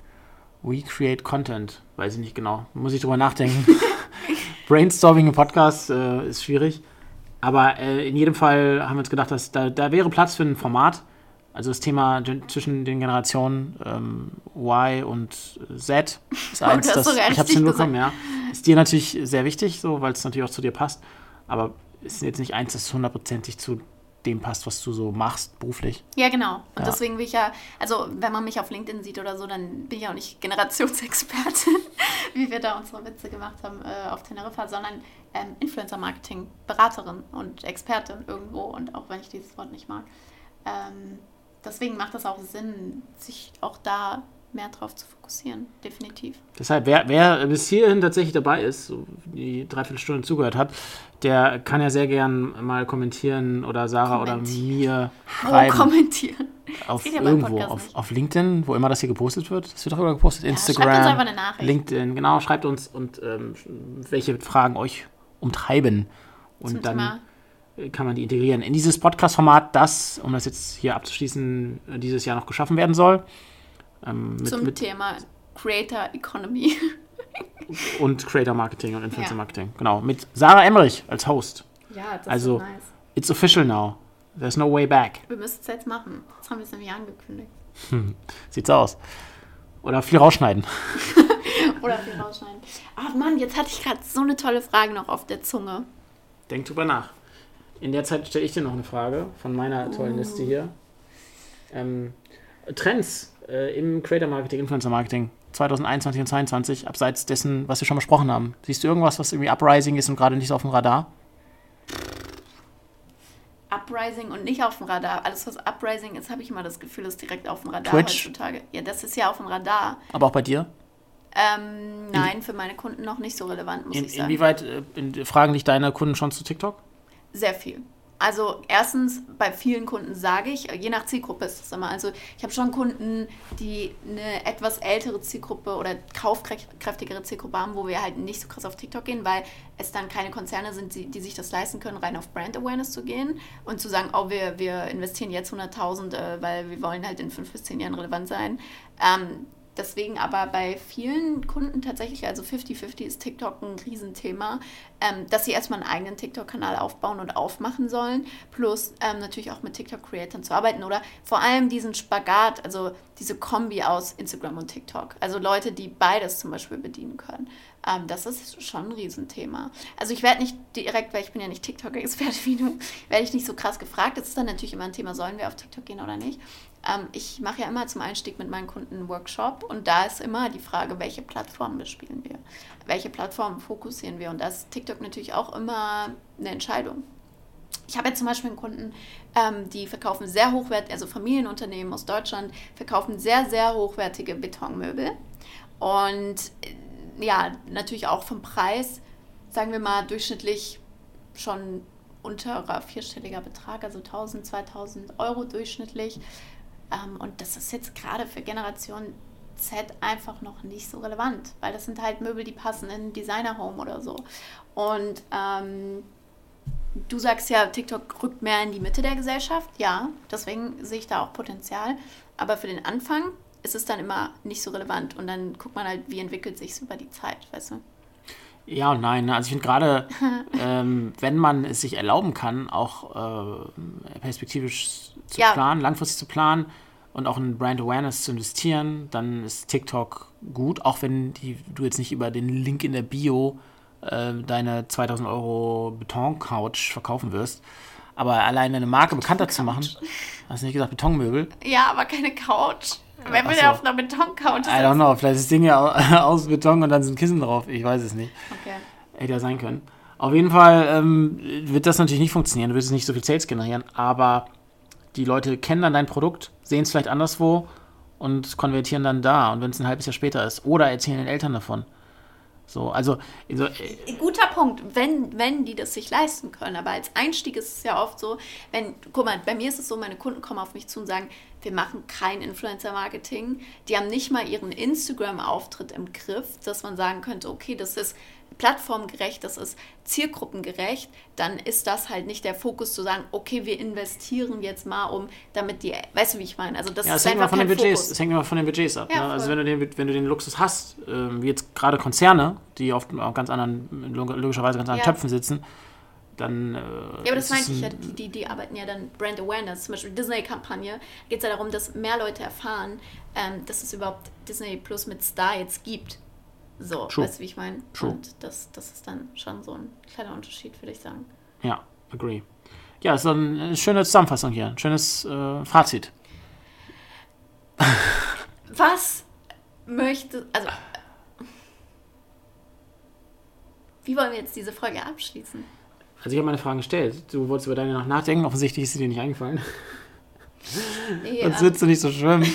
We Create Content, weiß ich nicht genau. Muss ich drüber nachdenken. Brainstorming im Podcast äh, ist schwierig. Aber äh, in jedem Fall haben wir uns gedacht, dass da, da wäre Platz für ein Format. Also das Thema gen- zwischen den Generationen ähm, Y und Z ist eins, das das, sogar ich habe es richtig hinbekommen, ja. Ist dir natürlich sehr wichtig, so, weil es natürlich auch zu dir passt. Aber ist jetzt nicht eins, das hundertprozentig zu dem passt, was du so machst beruflich. Ja, genau. Und Ja. deswegen bin ich ja, also wenn man mich auf LinkedIn sieht oder so, dann bin ich auch nicht Generationsexpertin, wie wir da unsere Witze gemacht haben äh, auf Teneriffa, sondern ähm, Influencer-Marketing-Beraterin und Expertin irgendwo, und auch wenn ich dieses Wort nicht mag. Ähm, deswegen macht das auch Sinn, sich auch da mehr drauf zu fokussieren, definitiv. Deshalb, wer, wer bis hierhin tatsächlich dabei ist, so die Dreiviertelstunde zugehört hat, der kann ja sehr gern mal kommentieren oder Sarah oder mir schreiben. Wo kommentieren? Auf geht ja beim irgendwo, Podcast auf, nicht. auf LinkedIn, wo immer das hier gepostet wird. Das wird doch immer gepostet. Ja, Instagram, schreibt uns einfach eine Nachricht. LinkedIn, genau, schreibt uns und ähm, welche Fragen euch umtreiben. Und Zum dann Thema. kann man die integrieren in dieses Podcast-Format, das, um das jetzt hier abzuschließen, dieses Jahr noch geschaffen werden soll. Ähm, mit, Zum mit Thema Creator Economy. und Creator Marketing und Influencer Ja. Marketing. Genau, mit Sarah Emmerich als Host. Ja, das Also- ist nice. It's official now. There's no way back. Wir müssen es jetzt machen. Jetzt haben wir es nämlich angekündigt. Sieht's aus. Oder viel rausschneiden. Oder viel rausschneiden. Ach Mann, jetzt hatte ich gerade so eine tolle Frage noch auf der Zunge. Denk drüber nach. In der Zeit stelle ich dir noch eine Frage von meiner tollen Liste hier. Ähm, Trends äh, im Creator Marketing, Influencer Marketing zwanzig einundzwanzig und zweiundzwanzig, abseits dessen, was wir schon besprochen haben. Siehst du irgendwas, was irgendwie Uprising ist und gerade nicht so auf dem Radar? Uprising und nicht auf dem Radar. Alles, was Uprising ist, habe ich immer das Gefühl, ist direkt auf dem Radar Twitch? heutzutage. Ja, das ist ja auf dem Radar. Aber auch bei dir? Ähm, nein, für meine Kunden noch nicht so relevant, muss in, ich sagen. Inwieweit äh, in, fragen dich deine Kunden schon zu TikTok? Sehr viel. Also erstens, bei vielen Kunden sage ich, je nach Zielgruppe ist das immer, also ich habe schon Kunden, die eine etwas ältere Zielgruppe oder kaufkräftigere Zielgruppe haben, wo wir halt nicht so krass auf TikTok gehen, weil es dann keine Konzerne sind, die, die sich das leisten können, rein auf Brand Awareness zu gehen und zu sagen, oh, wir, wir investieren jetzt hunderttausend, äh, weil wir wollen halt in fünf bis zehn Jahren relevant sein. Ähm, Deswegen aber bei vielen Kunden tatsächlich, also fünfzig fünfzig ist TikTok ein Riesenthema, ähm, dass sie erstmal einen eigenen TikTok-Kanal aufbauen und aufmachen sollen, plus ähm, natürlich auch mit TikTok-Creatern zu arbeiten oder vor allem diesen Spagat, also diese Kombi aus Instagram und TikTok. Also Leute, die beides zum Beispiel bedienen können. Ähm, das ist schon ein Riesenthema. Also ich werde nicht direkt, weil ich bin ja nicht TikTok-Experte wie du, werde ich nicht so krass gefragt. Das ist dann natürlich immer ein Thema, sollen wir auf TikTok gehen oder nicht. Ähm, ich mache ja immer zum Einstieg mit meinen Kunden einen Workshop und da ist immer die Frage, welche Plattformen bespielen wir? Welche Plattformen fokussieren wir? Und da ist TikTok natürlich auch immer eine Entscheidung. Ich habe jetzt zum Beispiel einen Kunden, ähm, die verkaufen sehr hochwertige, also Familienunternehmen aus Deutschland, verkaufen sehr, sehr hochwertige Betonmöbel. Und äh, ja, natürlich auch vom Preis, sagen wir mal, durchschnittlich schon unterer vierstelliger Betrag, also tausend, zweitausend Euro durchschnittlich. Ähm, und das ist jetzt gerade für Generation Z einfach noch nicht so relevant, weil das sind halt Möbel, die passen in Designer-Home oder so. Und ähm, du sagst ja, TikTok rückt mehr in die Mitte der Gesellschaft. Ja, deswegen sehe ich da auch Potenzial. Aber für den Anfang ist es dann immer nicht so relevant. Und dann guckt man halt, wie entwickelt sich es über die Zeit, weißt du? Ja und nein. Also ich finde gerade, ähm, wenn man es sich erlauben kann, auch äh, perspektivisch zu ja. planen, langfristig zu planen und auch in Brand Awareness zu investieren, dann ist TikTok gut, auch wenn die, du jetzt nicht über den Link in der Bio äh, deine zweitausend Euro Beton-Couch verkaufen wirst. Aber allein eine Marke bekannter zu machen, hast du nicht gesagt Betonmöbel? Ja, aber keine Couch. Wer will ja auf einer Beton-Couch sitzen? I don't know, vielleicht ist das Ding ja aus Beton und dann sind Kissen drauf. Ich weiß es nicht. Okay. Hätte ja sein können. Auf jeden Fall ähm, wird das natürlich nicht funktionieren. Du wirst nicht so viel Sales generieren, aber die Leute kennen dann dein Produkt, sehen es vielleicht anderswo und konvertieren dann da. Und wenn es ein halbes Jahr später ist. Oder erzählen den Eltern davon. So, also, also äh, guter Punkt, wenn, wenn die das sich leisten können. Aber als Einstieg ist es ja oft so, wenn, guck mal, bei mir ist es so, meine Kunden kommen auf mich zu und sagen, wir machen kein Influencer-Marketing. Die haben nicht mal ihren Instagram-Auftritt im Griff, dass man sagen könnte, okay, das ist plattformgerecht, das ist zielgruppengerecht, dann ist das halt nicht der Fokus zu sagen, okay, wir investieren jetzt mal um, damit die, weißt du, wie ich meine? Also das ja, ist es einfach hängt kein von den Budgets, Fokus. Es hängt immer von den Budgets ab. Ja, ne? Also wenn du, den, wenn du den Luxus hast, äh, wie jetzt gerade Konzerne, die auf, auf ganz anderen, logischerweise ganz anderen ja. Töpfen sitzen, dann... Äh, ja, aber das meinte ich ja, die, die arbeiten ja dann Brand Awareness, zum Beispiel Disney-Kampagne, geht es ja darum, dass mehr Leute erfahren, ähm, dass es überhaupt Disney Plus mit Star jetzt gibt. So, True. weißt du, wie ich meine? True. Und das, das ist dann schon so ein kleiner Unterschied, würde ich sagen. Ja, agree. Ja, das ist eine schöne Zusammenfassung hier, ein schönes äh, Fazit. Was möchte, also, wie wollen wir jetzt diese Folge abschließen? Also ich habe meine Fragen gestellt. Du wolltest über deine noch nachdenken, offensichtlich ist sie dir nicht eingefallen. Nee, Sonst würdest du nicht so schwimmen.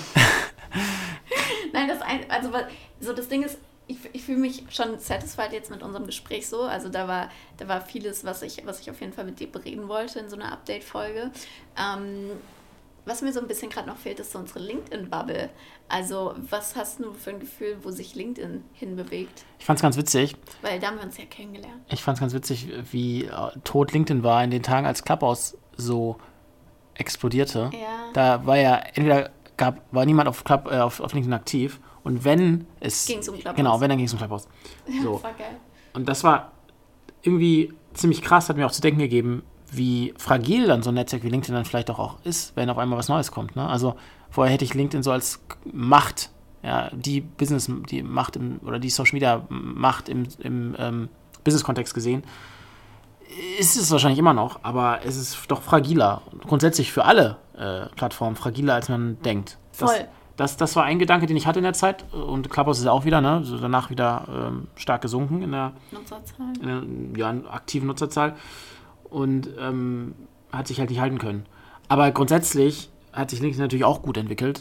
Nein, das ein, also so das Ding ist, ich, ich fühle mich schon satisfied jetzt mit unserem Gespräch so. Also da war, da war vieles, was ich, was ich auf jeden Fall mit dir bereden wollte in so einer Update-Folge. Ähm, was mir so ein bisschen gerade noch fehlt, ist so unsere LinkedIn-Bubble. Also was hast du für ein Gefühl, wo sich LinkedIn hinbewegt? Ich fand's ganz witzig. Weil da haben wir uns ja kennengelernt. Ich fand's ganz witzig, wie tot LinkedIn war in den Tagen, als Clubhouse so explodierte. Ja. Da war ja, entweder gab, war niemand auf, Club, äh, auf, auf LinkedIn aktiv und wenn es... Ging's um Clubhouse. Genau, wenn, dann ging es um Clubhouse. Ja, so. das war geil. Und das war irgendwie ziemlich krass, hat mir auch zu denken gegeben, wie fragil dann so ein Netzwerk wie LinkedIn dann vielleicht auch, auch ist, wenn auf einmal was Neues kommt. Ne? Also vorher hätte ich LinkedIn so als Macht, ja, die Business, die Macht im, oder die Social Media Macht im, im ähm, Business-Kontext gesehen. Ist es wahrscheinlich immer noch, aber es ist doch fragiler. Grundsätzlich für alle äh, Plattformen fragiler, als man denkt. Das, Voll. Das, das war ein Gedanke, den ich hatte in der Zeit. Und Clubhouse ist auch wieder, ne, so danach wieder ähm, stark gesunken in der, Nutzerzahl. in der ja, aktiven Nutzerzahl. Und ähm, hat sich halt nicht halten können. Aber grundsätzlich hat sich LinkedIn natürlich auch gut entwickelt.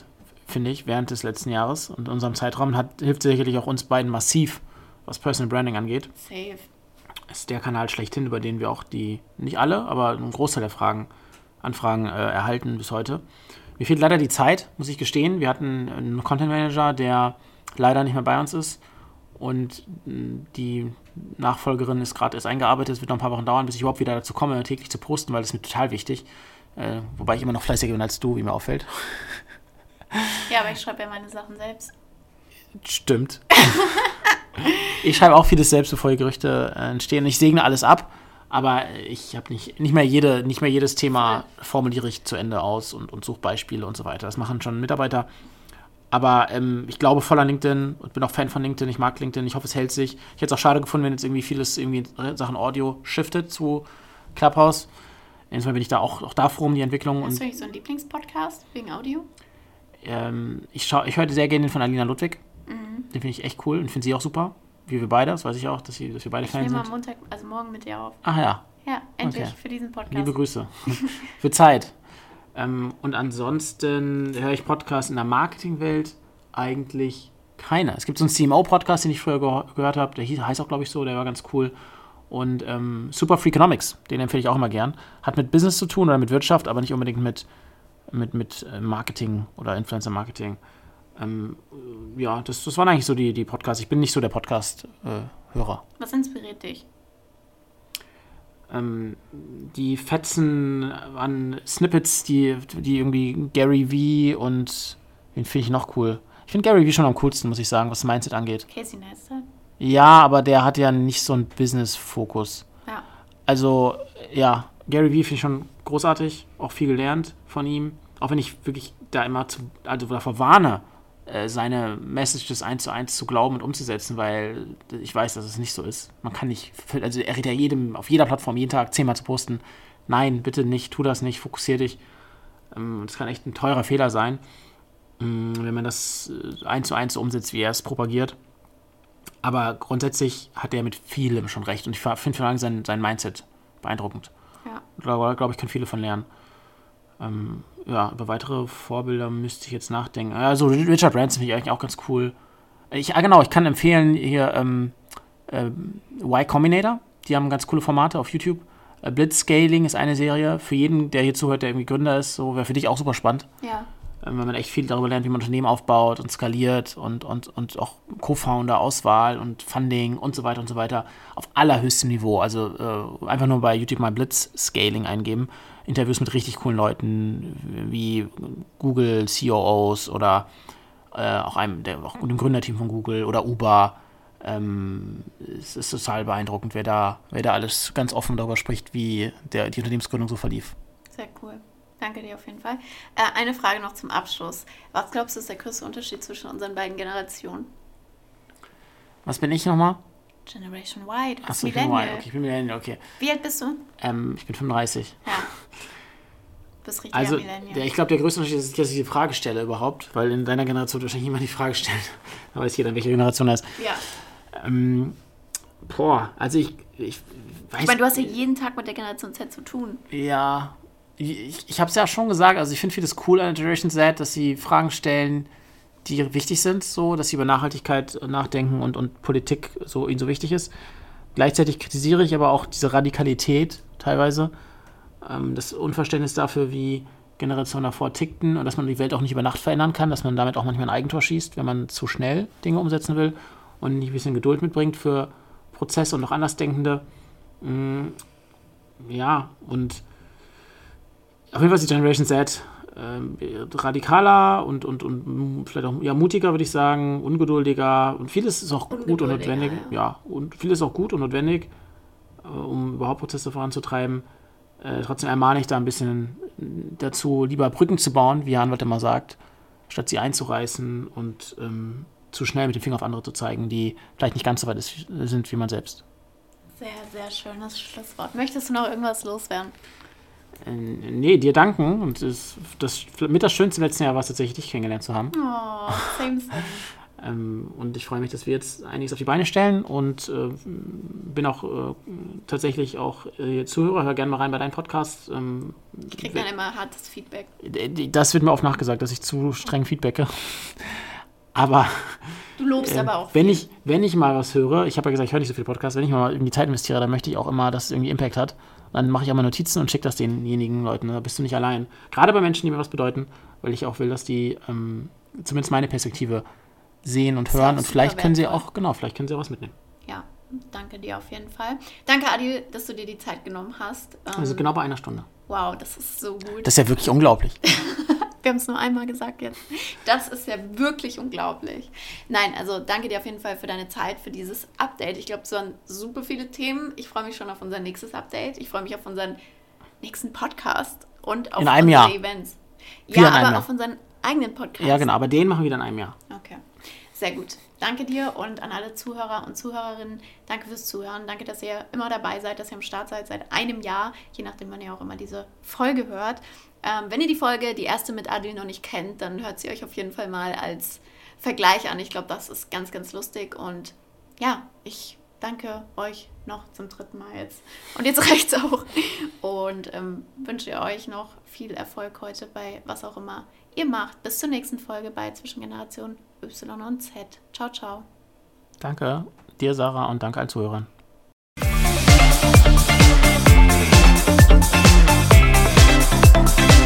finde ich, während des letzten Jahres und unserem Zeitraum. Hat, hilft sicherlich auch uns beiden massiv, was Personal Branding angeht. Safe. Ist der Kanal schlechthin, über den wir auch die, nicht alle, aber einen Großteil der Fragen, Anfragen äh, erhalten bis heute. Mir fehlt leider die Zeit, muss ich gestehen. Wir hatten einen Content Manager, der leider nicht mehr bei uns ist. Und die Nachfolgerin ist gerade erst eingearbeitet. Es wird noch ein paar Wochen dauern, bis ich überhaupt wieder dazu komme, täglich zu posten, weil das ist mir total wichtig. Äh, wobei ich immer noch fleißiger bin als du, wie mir auffällt. Ja, aber ich schreibe ja meine Sachen selbst. Stimmt. Ich schreibe auch vieles selbst, bevor die Gerüchte äh, entstehen. Ich segne alles ab, aber ich habe nicht, nicht, mehr jede, nicht mehr jedes Thema formuliere ich zu Ende aus und, und suche Beispiele und so weiter. Das machen schon Mitarbeiter. Aber ähm, ich glaube voll an LinkedIn und bin auch Fan von LinkedIn. Ich mag LinkedIn. Ich hoffe, es hält sich. Ich hätte es auch schade gefunden, wenn jetzt irgendwie vieles irgendwie in Sachen Audio shiftet zu Clubhouse. Insofern bin ich da auch, auch da froh um die Entwicklung. Hast du eigentlich so einen Lieblingspodcast wegen Audio? Ähm, ich, schau, ich höre sehr gerne den von Alina Ludwig. Mhm. Den finde ich echt cool und finde sie auch super. Wie wir beide. Das weiß ich auch, dass, sie, dass wir beide ich Fan sind. Ich nehme am Montag, also morgen mit dir auf. Ach ja. Ja, endlich okay. für diesen Podcast. Liebe Grüße. Für Zeit. Ähm, und ansonsten höre ich Podcasts in der Marketingwelt eigentlich keiner. Es gibt so einen C M O-Podcast, den ich früher ge- gehört habe. Der hieß, heißt auch, glaube ich, so. Der war ganz cool. Und ähm, Super Freakonomics, den empfehle ich auch immer gern. Hat mit Business zu tun oder mit Wirtschaft, aber nicht unbedingt mit, mit, mit Marketing oder Influencer-Marketing. Ähm, ja, das, das waren eigentlich so die, die Podcasts. Ich bin nicht so der Podcast-Hörer. Äh, Was inspiriert dich? Ähm, die Fetzen an Snippets, die, die irgendwie Gary V und den finde ich noch cool. Ich finde Gary V schon am coolsten, muss ich sagen, was Mindset angeht. Casey Neistat? Ja, aber der hat ja nicht so einen Business-Fokus. Ja. Also, ja, Gary V finde ich schon großartig, auch viel gelernt von ihm. Auch wenn ich wirklich da immer zu, also davor warne, äh, seine Messages eins zu eins zu glauben und umzusetzen, weil ich weiß, dass es nicht so ist. Man kann nicht, also er redet ja jedem, auf jeder Plattform, jeden Tag zehnmal zu posten. Nein, bitte nicht, tu das nicht, fokussier dich. Ähm, das kann echt ein teurer Fehler sein, wenn man das eins zu eins so umsetzt, wie er es propagiert. Aber grundsätzlich hat er mit vielem schon recht. Und ich finde vor allem sein, sein Mindset beeindruckend. Ja. Da glaube ich, können viele von lernen. Ähm, ja, über weitere Vorbilder müsste ich jetzt nachdenken. Also Richard Branson finde ich eigentlich auch ganz cool. Ich, ah, genau, ich kann empfehlen hier ähm, äh, Y Combinator. Die haben ganz coole Formate auf YouTube. Äh, Blitzscaling ist eine Serie. Für jeden, der hier zuhört, der irgendwie Gründer ist, so wäre für dich auch super spannend. Ja. Wenn man echt viel darüber lernt, wie man Unternehmen aufbaut und skaliert und, und, und auch Co-Founder, Auswahl und Funding und so weiter und so weiter auf allerhöchstem Niveau. Also äh, einfach nur bei YouTube mal Blitzscaling eingeben. Interviews mit richtig coolen Leuten wie Google C O Os oder äh, auch einem der, auch dem Gründerteam von Google oder Uber. Ähm, es ist total beeindruckend, wer da, wer da alles ganz offen darüber spricht, wie der, die Unternehmensgründung so verlief. Sehr cool. Danke dir auf jeden Fall. Äh, eine Frage noch zum Abschluss. Was glaubst du, ist der größte Unterschied zwischen unseren beiden Generationen? Was bin ich nochmal? Generation Y, du bist Achso, ich bin Millennial. Y, okay, ich bin Millennial, okay. Wie alt bist du? Ähm, ich bin fünfunddreißig. Ja. Du bist richtig Also, Millennial. der, ich glaube, der größte Unterschied ist, dass ich die Frage stelle überhaupt, weil in deiner Generation wahrscheinlich niemand die Frage stellt. Da weiß jeder, welche Generation er ist. Ja. Ähm, boah, also ich, ich weiß... Ich meine, du hast ja jeden Tag mit der Generation Z zu tun. Ja, ich, ich habe es ja schon gesagt, also ich finde vieles cool an der Generation Z, dass sie Fragen stellen, die wichtig sind, so, dass sie über Nachhaltigkeit nachdenken und, und Politik so ihnen so wichtig ist. Gleichzeitig kritisiere ich aber auch diese Radikalität teilweise, ähm, das Unverständnis dafür, wie Generationen davor tickten und dass man die Welt auch nicht über Nacht verändern kann, dass man damit auch manchmal ein Eigentor schießt, wenn man zu schnell Dinge umsetzen will und nicht ein bisschen Geduld mitbringt für Prozesse und auch Andersdenkende. Mm, ja, und auf jeden Fall ist die Generation Z ähm, radikaler und, und, und vielleicht auch ja, mutiger, würde ich sagen, ungeduldiger und vieles ist auch gut und notwendig. Ja. ja, und vieles ist auch gut und notwendig, äh, um überhaupt Prozesse voranzutreiben. Äh, trotzdem ermahne ich da ein bisschen dazu, lieber Brücken zu bauen, wie Jan Wald immer sagt, statt sie einzureißen und ähm, zu schnell mit dem Finger auf andere zu zeigen, die vielleicht nicht ganz so weit ist, sind wie man selbst. Sehr, sehr schönes Schlusswort. Möchtest du noch irgendwas loswerden? Äh, nee, dir danken. Und das, das mit das Schönste im letzten Jahr war es tatsächlich, dich kennengelernt zu haben. Oh, same, same. Ähm, und ich freue mich, dass wir jetzt einiges auf die Beine stellen und äh, bin auch äh, tatsächlich auch äh, Zuhörer, hör gerne mal rein bei deinen Podcasts. Ähm, ich kriege dann immer hartes Feedback. Das wird mir oft nachgesagt, dass ich zu streng feedbacke. Aber du lobst äh, aber auch wenn viel. ich wenn ich mal was höre, ich habe ja gesagt, ich höre nicht so viele Podcasts, wenn ich mal irgendwie Zeit investiere, dann möchte ich auch immer, dass es irgendwie Impact hat. Dann mache ich auch mal Notizen und schicke das denjenigen Leuten. Da bist du nicht allein. Gerade bei Menschen, die mir was bedeuten, weil ich auch will, dass die ähm, zumindest meine Perspektive sehen und hören und vielleicht können sie auch, genau, vielleicht können sie auch was mitnehmen. Ja, danke dir auf jeden Fall. Danke, Adil, dass du dir die Zeit genommen hast. Ähm, Also genau bei einer Stunde. Wow, das ist so gut. Das ist ja wirklich unglaublich. Wir haben es nur einmal gesagt jetzt. Das ist ja wirklich unglaublich. Nein, also danke dir auf jeden Fall für deine Zeit, für dieses Update. Ich glaube, es waren super viele Themen. Ich freue mich schon auf unser nächstes Update. Ich freue mich auf unseren nächsten Podcast und auf in einem unsere Jahr. Events. Wieder Ja, in einem aber Jahr. auf unseren eigenen Podcast. Ja, genau, aber den machen wir wieder in einem Jahr. Okay, sehr gut. Danke dir und an alle Zuhörer und Zuhörerinnen. Danke fürs Zuhören. Danke, dass ihr immer dabei seid, dass ihr am Start seid seit einem Jahr, je nachdem, wann ihr auch immer diese Folge hört. Ähm, wenn ihr die Folge, die erste mit Adil, noch nicht kennt, dann hört sie euch auf jeden Fall mal als Vergleich an. Ich glaube, das ist ganz, ganz lustig. Und ja, ich danke euch noch zum dritten Mal jetzt. Und jetzt reicht's auch. Und ähm, wünsche euch noch viel Erfolg heute bei was auch immer ihr macht. Bis zur nächsten Folge bei Zwischengeneration Y und Z. Ciao, ciao. Danke dir, Sarah, und danke allen Zuhörern. We'll be right back.